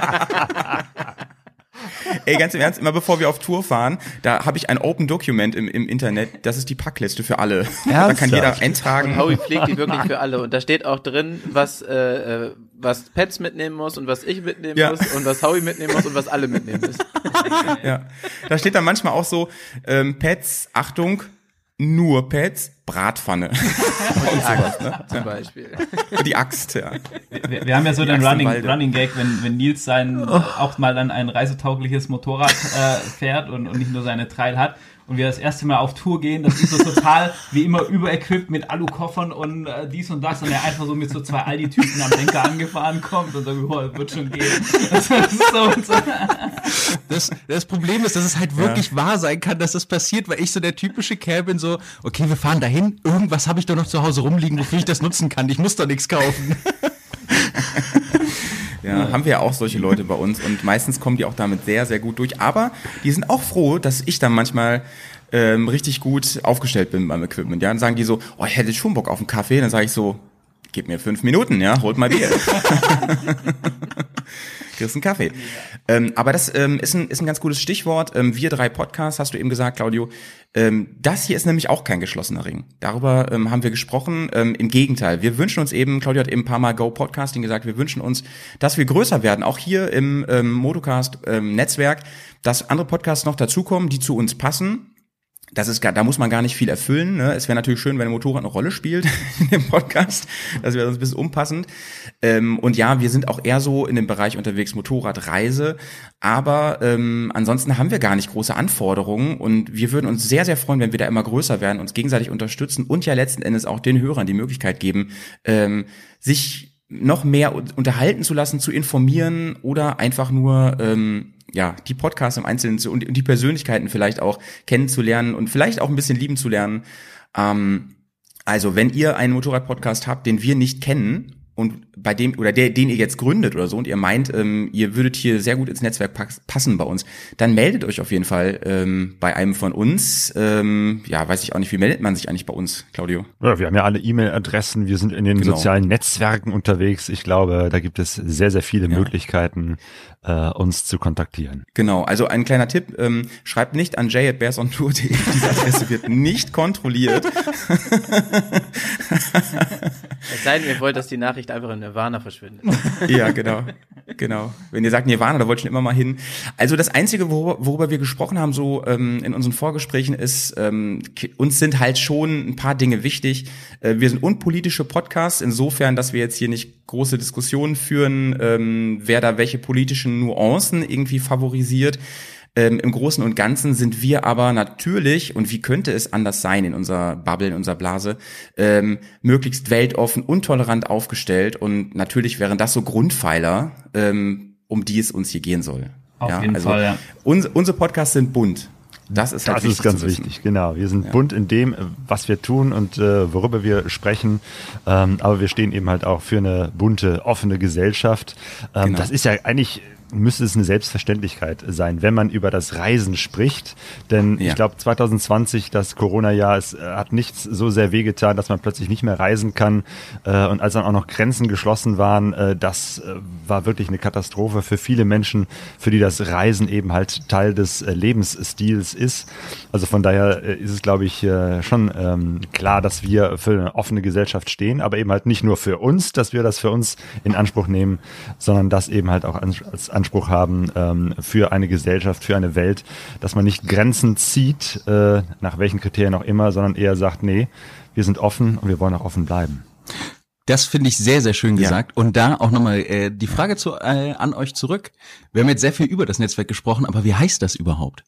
Ey, ganz im Ernst, immer bevor wir auf Tour fahren, da habe ich ein Open Document im, im Internet, das ist die Packliste für alle. Da kann jeder eintragen. Und Howie pflegt die wirklich für alle. Und da steht auch drin, was äh, was Pets mitnehmen muss und was ich mitnehmen ja. muss und was Howie mitnehmen muss und was alle mitnehmen müssen. Ja, da steht dann manchmal auch so, ähm, Pets, Achtung, nur Pets, Bratpfanne. Und die Axt, ne? Zum Beispiel. Und die Axt, ja. Wir, wir haben ja so die den Running, Running Gag, wenn, wenn Nils sein oh. auch mal dann ein reisetaugliches Motorrad äh, fährt und, und nicht nur seine Trail hat und wir das erste Mal auf Tour gehen, das ist so total wie immer überequipped mit Alukoffern und äh, dies und das und er einfach so mit so zwei Aldi-Typen am Lenker angefahren kommt und sagt, oh, das wird schon gehen. Das, ist so und so. Das, das Problem ist, dass es halt wirklich ja. wahr sein kann, dass das passiert, weil ich so der typische Kerl bin, so, okay, wir fahren dahin, irgendwas habe ich doch noch zu Hause rumliegen, wofür ich das nutzen kann, ich muss doch nichts kaufen. Ja, haben wir ja auch solche Leute bei uns und meistens kommen die auch damit sehr, sehr gut durch. Aber die sind auch froh, dass ich dann manchmal ähm, richtig gut aufgestellt bin beim Equipment. Ja, dann sagen die so, oh, ich hätte schon Bock auf einen Kaffee. Dann sage ich so, gib mir fünf Minuten, ja, holt mal Bier. Kriegst einen Kaffee. Ähm, aber das ähm, ist, ein, ist ein ganz gutes Stichwort. Ähm, wir drei Podcasts, hast du eben gesagt, Claudio. Ähm, das hier ist nämlich auch kein geschlossener Ring. Darüber ähm, haben wir gesprochen. Ähm, Im Gegenteil, wir wünschen uns eben, Claudio hat eben ein paar Mal Go Podcasting gesagt, wir wünschen uns, dass wir größer werden, auch hier im ähm, Motocast-Netzwerk, ähm, dass andere Podcasts noch dazukommen, die zu uns passen. Das ist, da muss man gar nicht viel erfüllen. Ne? Es wäre natürlich schön, wenn ein Motorrad eine Rolle spielt in dem Podcast. Das wäre sonst ein bisschen unpassend. Ähm, und ja, wir sind auch eher so in dem Bereich unterwegs Motorradreise. Aber ähm, ansonsten haben wir gar nicht große Anforderungen. Und wir würden uns sehr, sehr freuen, wenn wir da immer größer werden, uns gegenseitig unterstützen und ja letzten Endes auch den Hörern die Möglichkeit geben, ähm, sich noch mehr unterhalten zu lassen, zu informieren oder einfach nur ähm, ja die Podcasts im Einzelnen zu, und die Persönlichkeiten vielleicht auch kennenzulernen und vielleicht auch ein bisschen lieben zu lernen. Ähm, also wenn ihr einen Motorrad-Podcast habt, den wir nicht kennen und bei dem oder der, den ihr jetzt gründet oder so und ihr meint, ähm, ihr würdet hier sehr gut ins Netzwerk passen bei uns, dann meldet euch auf jeden Fall ähm, bei einem von uns. Ähm, ja, weiß ich auch nicht, wie meldet man sich eigentlich bei uns, Claudio? Ja, wir haben ja alle E-Mail-Adressen, wir sind in den genau. sozialen Netzwerken unterwegs. Ich glaube, da gibt es sehr, sehr viele ja. Möglichkeiten, äh, uns zu kontaktieren. Genau, also ein kleiner Tipp, ähm, schreibt nicht an j at bears on tour punkt de, diese Adresse wird nicht kontrolliert. Es sei denn, ihr wollt, dass die Nachricht einfach in Nirvana verschwindet. Ja, genau, genau. Wenn ihr sagt Nirvana, da wollt ihr schon immer mal hin. Also das Einzige, worüber, worüber wir gesprochen haben, so ähm, in unseren Vorgesprächen, ist, ähm, uns sind halt schon ein paar Dinge wichtig. Äh, wir sind unpolitische Podcasts, insofern, dass wir jetzt hier nicht große Diskussionen führen, ähm, wer da welche politischen Nuancen irgendwie favorisiert. Ähm, Im Großen und Ganzen sind wir aber natürlich, und wie könnte es anders sein in unserer Bubble, in unserer Blase, ähm, möglichst weltoffen und tolerant aufgestellt. Und natürlich wären das so Grundpfeiler, ähm, um die es uns hier gehen soll. Auf ja, jeden also Fall, ja. Uns, unsere Podcasts sind bunt. Das ist, halt das ist ganz wichtig, genau. Wir sind ja. bunt in dem, was wir tun und äh, worüber wir sprechen. Ähm, aber wir stehen eben halt auch für eine bunte, offene Gesellschaft. Ähm, genau. Das ist ja eigentlich, müsste es eine Selbstverständlichkeit sein, wenn man über das Reisen spricht. Denn ja. ich glaube, zwanzig zwanzig, das Corona-Jahr, es hat nichts so sehr wehgetan, dass man plötzlich nicht mehr reisen kann. Äh, und als dann auch noch Grenzen geschlossen waren, äh, das äh, war wirklich eine Katastrophe für viele Menschen, für die das Reisen eben halt Teil des äh, Lebensstils ist. Also von daher äh, ist es, glaube ich, äh, schon ähm, klar, dass wir für eine offene Gesellschaft stehen, aber eben halt nicht nur für uns, dass wir das für uns in Anspruch nehmen, sondern das eben halt auch als, als Anspruch haben ähm, für eine Gesellschaft, für eine Welt, dass man nicht Grenzen zieht, äh, nach welchen Kriterien auch immer, sondern eher sagt, nee, wir sind offen und wir wollen auch offen bleiben. Das finde ich sehr, sehr schön gesagt. Ja. Und da auch nochmal äh, die Frage zu, äh, an euch zurück. Wir haben jetzt sehr viel über das Netzwerk gesprochen, aber wie heißt das überhaupt?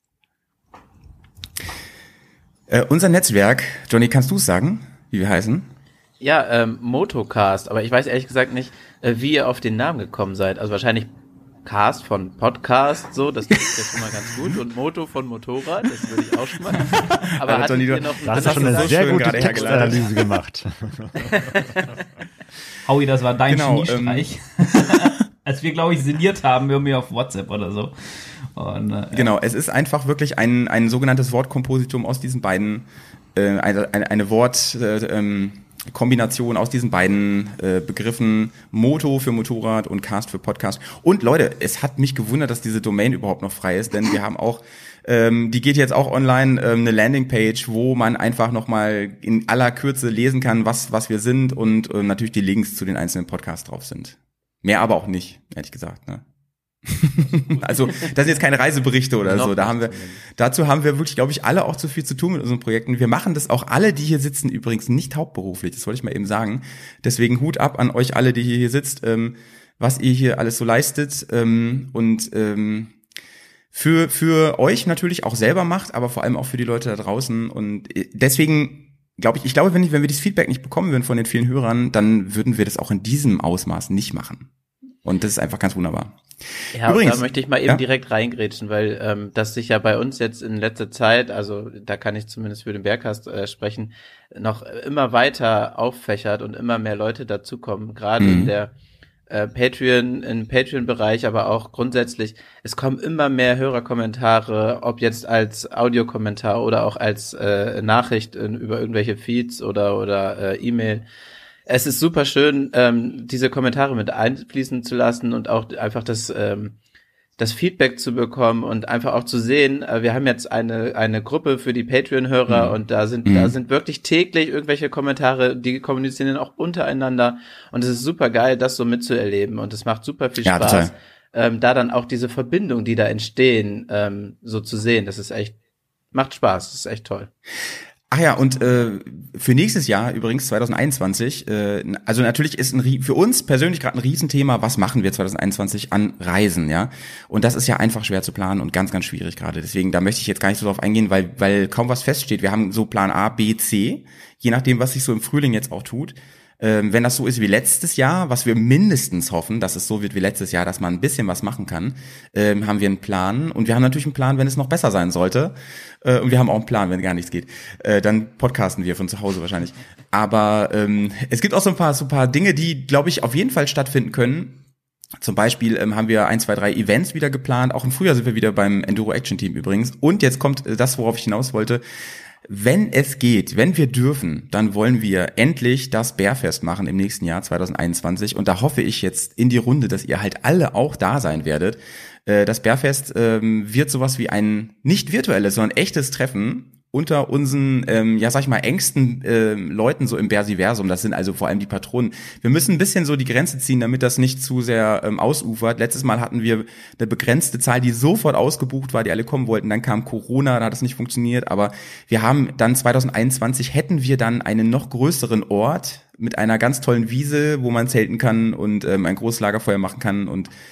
Äh, unser Netzwerk, Johnny, kannst du es sagen, wie wir heißen? Ja, ähm, Motocast, aber ich weiß ehrlich gesagt nicht, äh, wie ihr auf den Namen gekommen seid. Also wahrscheinlich Cast von Podcast, so, das ist ja schon mal ganz gut. Und Moto von Motorrad, das würde ich auch schon mal. Aber ja, hattet Johnny, ihr noch... Da hast du schon eine so sehr schön gute Textanalyse gemacht. Howie, das war dein Genau, Geniestreich. ähm, Als wir, glaube ich, sinniert haben, irgendwie auf WhatsApp oder so. Und, äh, genau, es ist einfach wirklich ein, ein sogenanntes Wortkompositum aus diesen beiden, äh, eine, eine, eine Wort... Äh, ähm, Kombination aus diesen beiden äh, Begriffen, Moto für Motorrad und Cast für Podcast. Und Leute, es hat mich gewundert, dass diese Domain überhaupt noch frei ist, denn wir haben auch, ähm, die geht jetzt auch online, ähm, eine Landingpage, wo man einfach nochmal in aller Kürze lesen kann, was was wir sind und äh, natürlich die Links zu den einzelnen Podcasts drauf sind. Mehr aber auch nicht, ehrlich gesagt, ne? Also, das sind jetzt keine Reiseberichte oder so. Da haben wir, dazu haben wir wirklich, glaube ich, alle auch zu viel zu tun mit unseren Projekten. Wir machen das auch alle, die hier sitzen, übrigens nicht hauptberuflich. Das wollte ich mal eben sagen. Deswegen Hut ab an euch alle, die hier sitzt, ähm, was ihr hier alles so leistet, ähm, und, ähm, für, für euch natürlich auch selber macht, aber vor allem auch für die Leute da draußen. Und deswegen glaube ich, ich glaube, wenn, ich, wenn wir das Feedback nicht bekommen würden von den vielen Hörern, dann würden wir das auch in diesem Ausmaß nicht machen. Und das ist einfach ganz wunderbar. Ja, Übrigens, da möchte ich mal eben ja? direkt reingrätschen, weil ähm, das sich ja bei uns jetzt in letzter Zeit, also da kann ich zumindest für den Bergcast äh, sprechen, noch immer weiter auffächert und immer mehr Leute dazukommen, gerade mhm. in der äh, Patreon, im Patreon-Bereich, aber auch grundsätzlich. Es kommen immer mehr Hörerkommentare, ob jetzt als Audiokommentar oder auch als äh, Nachricht in, über irgendwelche Feeds oder oder äh, E-Mail. Es ist super schön, ähm, diese Kommentare mit einfließen zu lassen und auch einfach das ähm, das Feedback zu bekommen und einfach auch zu sehen, äh, wir haben jetzt eine eine Gruppe für die Patreon-Hörer, mhm. und da sind mhm. da sind wirklich täglich irgendwelche Kommentare, die kommunizieren dann auch untereinander, und es ist super geil, das so mitzuerleben, und es macht super viel ja, Spaß, ähm, da dann auch diese Verbindung, die da entstehen, ähm, so zu sehen. Das ist echt, macht Spaß, das ist echt toll. Ach ja, und äh, für nächstes Jahr übrigens zwanzig einundzwanzig, äh, also natürlich ist ein, für uns persönlich gerade ein Riesenthema, was machen wir zwanzig einundzwanzig an Reisen, ja? Und das ist ja einfach schwer zu planen und ganz, ganz schwierig gerade. Deswegen, da möchte ich jetzt gar nicht so drauf eingehen, weil weil kaum was feststeht. Wir haben so Plan A, B, C, je nachdem, was sich so im Frühling jetzt auch tut. Ähm, wenn das so ist wie letztes Jahr, was wir mindestens hoffen, dass es so wird wie letztes Jahr, dass man ein bisschen was machen kann, ähm, haben wir einen Plan. Und wir haben natürlich einen Plan, wenn es noch besser sein sollte. Äh, und wir haben auch einen Plan, wenn gar nichts geht. Äh, dann podcasten wir von zu Hause wahrscheinlich. Aber ähm, es gibt auch so ein paar, so ein paar Dinge, die, glaube ich, auf jeden Fall stattfinden können. Zum Beispiel ähm, haben wir ein, zwei, drei Events wieder geplant. Auch im Frühjahr sind wir wieder beim Enduro Action Team übrigens. Und jetzt kommt das, worauf ich hinaus wollte. Wenn es geht, wenn wir dürfen, dann wollen wir endlich das Bärfest machen im nächsten Jahr zwanzig einundzwanzig. Und da hoffe ich jetzt in die Runde, dass ihr halt alle auch da sein werdet. Das Bärfest ähm, wird sowas wie ein nicht virtuelles, sondern echtes Treffen unter unseren, ähm, ja sag ich mal, engsten ähm, Leuten so im Bärsiversum. Das sind also vor allem die Patronen. Wir müssen ein bisschen so die Grenze ziehen, damit das nicht zu sehr ähm, ausufert. Letztes Mal hatten wir eine begrenzte Zahl, die sofort ausgebucht war, die alle kommen wollten. Dann kam Corona, da hat es nicht funktioniert. Aber wir haben dann zwanzig einundzwanzig, hätten wir dann einen noch größeren Ort mit einer ganz tollen Wiese, wo man zelten kann und ähm, ein großes Lagerfeuer machen kann und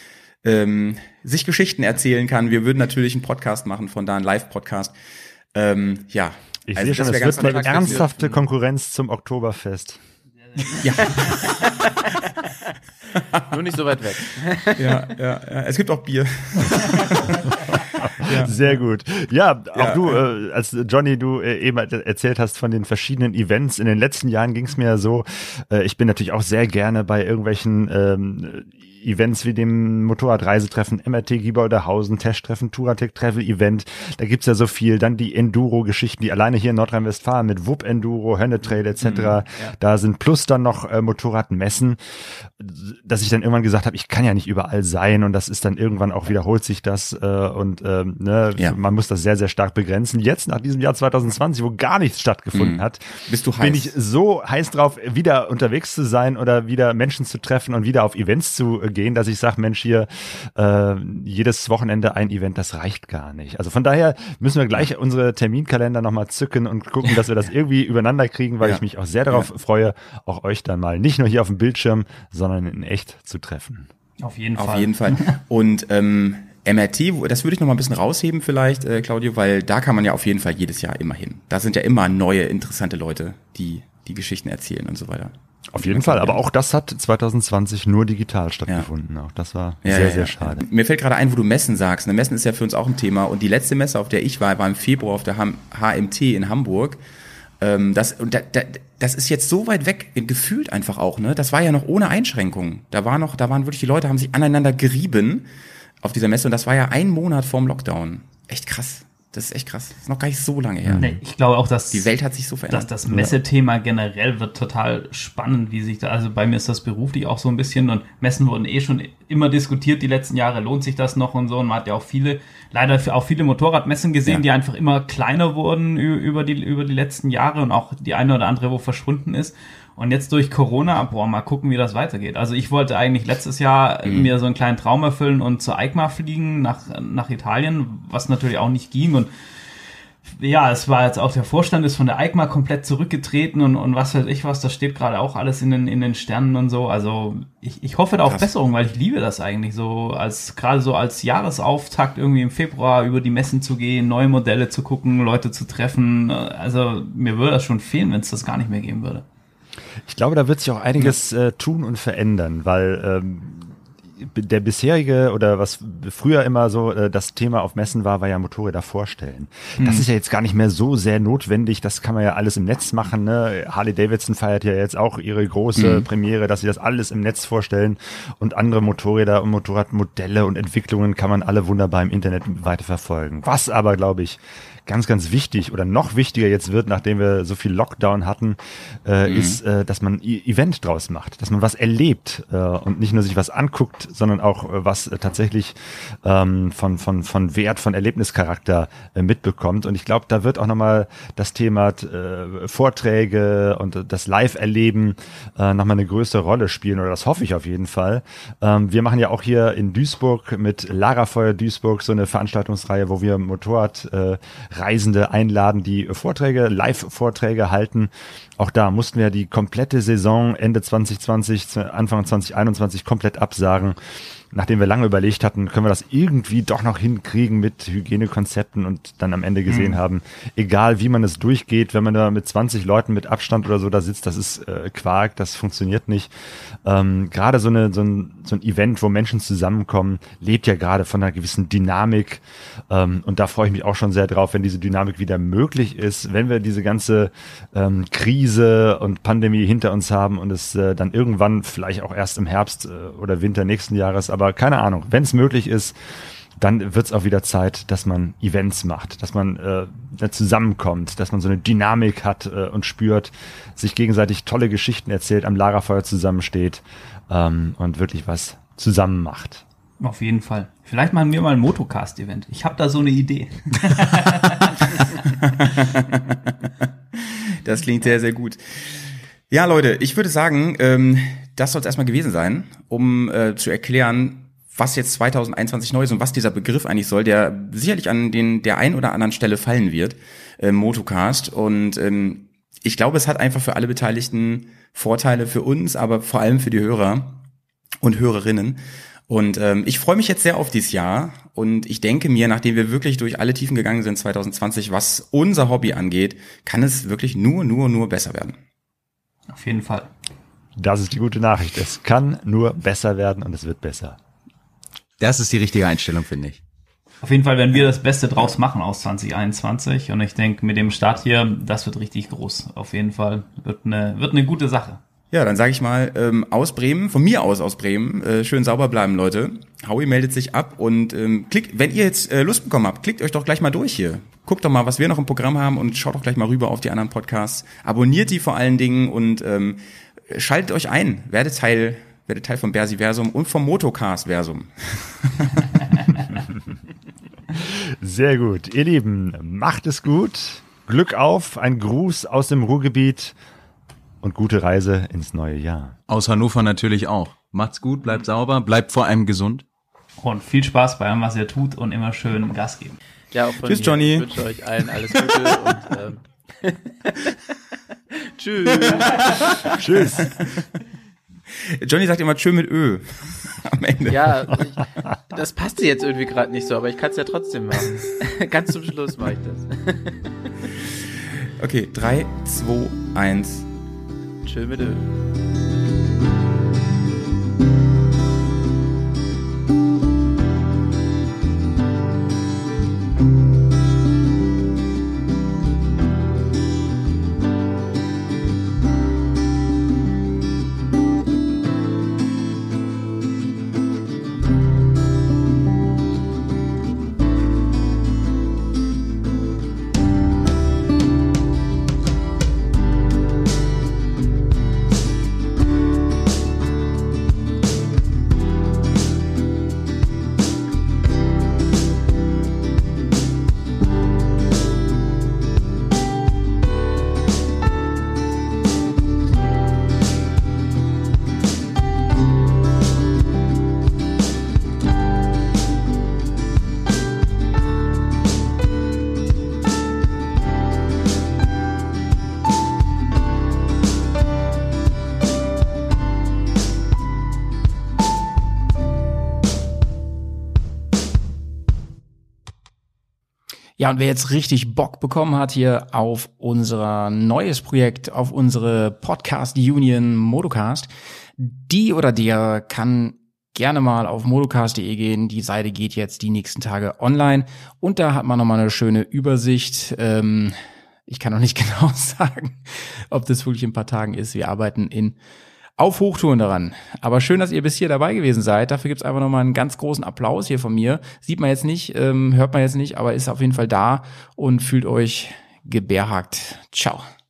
ähm, sich Geschichten erzählen kann. Wir würden natürlich einen Podcast machen, von da einen Live-Podcast. Ähm, ja. Ich also sehe schon, das es wär ganz wird eine fantastisch. ernsthafte Konkurrenz zum Oktoberfest. Ja. Nur nicht so weit weg. ja, ja, ja. Es gibt auch Bier. Ja. Sehr gut. Ja, auch Ja. du, äh, als Johnny, du äh, eben erzählt hast von den verschiedenen Events. In den letzten Jahren ging es mir ja so, äh, ich bin natürlich auch sehr gerne bei irgendwelchen ähm, Events wie dem Motorradreisetreffen M R T Giebauderhausen, Tesch-Treffen, Touratec Travel Event. Da gibt's ja so viel. Dann die Enduro-Geschichten, die alleine hier in Nordrhein-Westfalen mit W U P Enduro, Hönnetrail et cetera. Mhm, ja. Da sind plus dann noch äh, Motorradmessen, dass ich dann irgendwann gesagt habe, ich kann ja nicht überall sein und das ist dann irgendwann auch wiederholt sich das äh, und ähm, ne, ja. man muss das sehr, sehr stark begrenzen. Jetzt nach diesem Jahr zwanzig zwanzig, wo gar nichts stattgefunden mhm. hat, Bist du bin heiß? ich so heiß drauf, wieder unterwegs zu sein oder wieder Menschen zu treffen und wieder auf Events zu äh, gehen, dass ich sage, Mensch, hier äh, jedes Wochenende ein Event, das reicht gar nicht. Also von daher müssen wir gleich unsere Terminkalender nochmal zücken und gucken, dass wir das irgendwie übereinander kriegen, weil ja. ich mich auch sehr darauf ja. freue, auch euch dann mal nicht nur hier auf dem Bildschirm, sondern in echt zu treffen. Auf jeden Auf Fall. jeden Fall. Und ähm, M R T, das würde ich noch mal ein bisschen rausheben vielleicht, äh, Claudio, weil da kann man ja auf jeden Fall jedes Jahr immer hin. Da sind ja immer neue, interessante Leute, die die Geschichten erzählen und so weiter. Auf jeden Fall, aber auch das hat zwanzig zwanzig nur digital stattgefunden. Ja. Auch das war ja, sehr, ja, sehr ja. schade. Mir fällt gerade ein, wo du Messen sagst. Eine Messen ist ja für uns auch ein Thema. Und die letzte Messe, auf der ich war, war im Februar auf der H M T in Hamburg. Ähm, das, und da, da, das ist jetzt so weit weg, gefühlt einfach auch, ne? Das war ja noch ohne Einschränkungen. Da war noch, da waren wirklich die Leute, haben sich aneinander gerieben auf dieser Messe. Und das war ja ein Monat vorm Lockdown. Echt krass. Das ist echt krass. Das ist noch gar nicht so lange her. Nee, ich glaube auch, dass die Welt hat sich so verändert. Dass das Messethema generell wird total spannend, wie sich da, also bei mir ist das beruflich auch so ein bisschen und Messen wurden eh schon immer diskutiert die letzten Jahre, lohnt sich das noch und so und man hat ja auch viele, leider auch viele Motorradmessen gesehen, ja. die einfach immer kleiner wurden über die, über die letzten Jahre und auch die eine oder andere, wo verschwunden ist. Und jetzt durch Corona, boah, mal gucken, wie das weitergeht. Also ich wollte eigentlich letztes Jahr mhm. mir so einen kleinen Traum erfüllen und zur EICMA fliegen nach, nach Italien, was natürlich auch nicht ging. Und ja, es war jetzt auch der Vorstand ist von der EICMA komplett zurückgetreten und, und was weiß ich was, das steht gerade auch alles in den, in den Sternen und so. Also ich, ich hoffe da auf Krass. Besserung, weil ich liebe das eigentlich so, als gerade so als Jahresauftakt irgendwie im Februar über die Messen zu gehen, neue Modelle zu gucken, Leute zu treffen. Also mir würde das schon fehlen, wenn es das gar nicht mehr geben würde. Ich glaube, da wird sich auch einiges äh, tun und verändern, weil ähm, der bisherige oder was früher immer so äh, das Thema auf Messen war, war ja Motorräder vorstellen. Mhm. Das ist ja jetzt gar nicht mehr so sehr notwendig, das kann man ja alles im Netz machen. Ne? Harley Davidson feiert ja jetzt auch ihre große mhm. Premiere, dass sie das alles im Netz vorstellen und andere Motorräder und Motorradmodelle und Entwicklungen kann man alle wunderbar im Internet weiter verfolgen. Was aber, glaube ich, ganz, ganz wichtig oder noch wichtiger jetzt wird, nachdem wir so viel Lockdown hatten, äh, mhm. ist, äh, dass man ein Event draus macht, dass man was erlebt äh, und nicht nur sich was anguckt, sondern auch äh, was äh, tatsächlich ähm, von von von Wert, von Erlebnischarakter äh, mitbekommt. Und ich glaube, da wird auch nochmal das Thema äh, Vorträge und äh, das Live-Erleben äh, nochmal eine größere Rolle spielen, oder das hoffe ich auf jeden Fall. Ähm, wir machen ja auch hier in Duisburg mit Lagerfeuer Duisburg so eine Veranstaltungsreihe, wo wir Motorrad äh, Reisende einladen, die Vorträge, Live-Vorträge halten. Auch da mussten wir die komplette Saison Ende zwanzig zwanzig, Anfang zwanzig einundzwanzig komplett absagen. Nachdem wir lange überlegt hatten, können wir das irgendwie doch noch hinkriegen mit Hygienekonzepten und dann am Ende gesehen mhm. haben, egal wie man es durchgeht, wenn man da mit zwanzig Leuten mit Abstand oder so da sitzt, das ist äh, Quark, das funktioniert nicht. Ähm, gerade so, eine, so, ein, so ein Event, wo Menschen zusammenkommen, lebt ja gerade von einer gewissen Dynamik ähm, und da freue ich mich auch schon sehr drauf, wenn diese Dynamik wieder möglich ist, wenn wir diese ganze ähm, Krise und Pandemie hinter uns haben und es äh, dann irgendwann vielleicht auch erst im Herbst äh, oder Winter nächsten Jahres, aber Aber keine Ahnung, wenn es möglich ist, dann wird es auch wieder Zeit, dass man Events macht, dass man äh, zusammenkommt, dass man so eine Dynamik hat äh, und spürt, sich gegenseitig tolle Geschichten erzählt, am Lagerfeuer zusammensteht ähm, und wirklich was zusammen macht. Auf jeden Fall. Vielleicht machen wir mal ein Motocast-Event. Ich habe da so eine Idee. Das klingt sehr, sehr gut. Ja, Leute, ich würde sagen, ähm, das soll es erstmal gewesen sein, um äh, zu erklären, was jetzt zwanzig einundzwanzig neu ist und was dieser Begriff eigentlich soll, der sicherlich an den der ein oder anderen Stelle fallen wird, äh, Motocast. Und ähm, ich glaube, es hat einfach für alle Beteiligten Vorteile, für uns, aber vor allem für die Hörer und Hörerinnen. Und ähm, ich freue mich jetzt sehr auf dieses Jahr und ich denke mir, nachdem wir wirklich durch alle Tiefen gegangen sind zwanzig zwanzig, was unser Hobby angeht, kann es wirklich nur, nur, nur besser werden. Auf jeden Fall. Das ist die gute Nachricht. Es kann nur besser werden und es wird besser. Das ist die richtige Einstellung, finde ich. Auf jeden Fall werden wir das Beste draus machen aus zwanzig einundzwanzig und ich denke, mit dem Start hier, das wird richtig groß. Auf jeden Fall wird eine, wird eine gute Sache. Ja, dann sage ich mal ähm, aus Bremen, von mir aus aus Bremen, äh, schön sauber bleiben, Leute. Howie meldet sich ab und ähm, klickt, wenn ihr jetzt äh, Lust bekommen habt, klickt euch doch gleich mal durch hier. Guckt doch mal, was wir noch im Programm haben und schaut doch gleich mal rüber auf die anderen Podcasts. Abonniert die vor allen Dingen und ähm, schaltet euch ein, werdet Teil, werdet Teil vom Bersiversum und vom Motocast-Versum. Sehr gut. Ihr Lieben, macht es gut. Glück auf, ein Gruß aus dem Ruhrgebiet. Und gute Reise ins neue Jahr. Aus Hannover natürlich auch. Macht's gut, bleibt sauber, bleibt vor allem gesund. Und viel Spaß bei allem, was ihr tut und immer schön Gas geben. Ja, auch von Tschüss, mir. Johnny. Ich wünsche euch allen alles Gute und ähm, tschüss. Tschüss. Johnny sagt immer tschö mit Ö am Ende. Ja, ich, das passte jetzt irgendwie gerade nicht so, aber ich kann es ja trotzdem machen. Ganz zum Schluss mache ich das. Okay, drei, zwei, eins. Tschö mit Ö. Ja, und wer jetzt richtig Bock bekommen hat hier auf unser neues Projekt, auf unsere Podcast Union Motocast, die oder der kann gerne mal auf motocast punkt de gehen. Die Seite geht jetzt die nächsten Tage online und da hat man nochmal eine schöne Übersicht. Ähm, ich kann noch nicht genau sagen, ob das wirklich in ein paar Tagen ist. Wir arbeiten in auf Hochtouren daran. Aber schön, dass ihr bis hier dabei gewesen seid. Dafür gibt's einfach nochmal einen ganz großen Applaus hier von mir. Sieht man jetzt nicht, ähm, hört man jetzt nicht, aber ist auf jeden Fall da und fühlt euch gebärhagt. Ciao.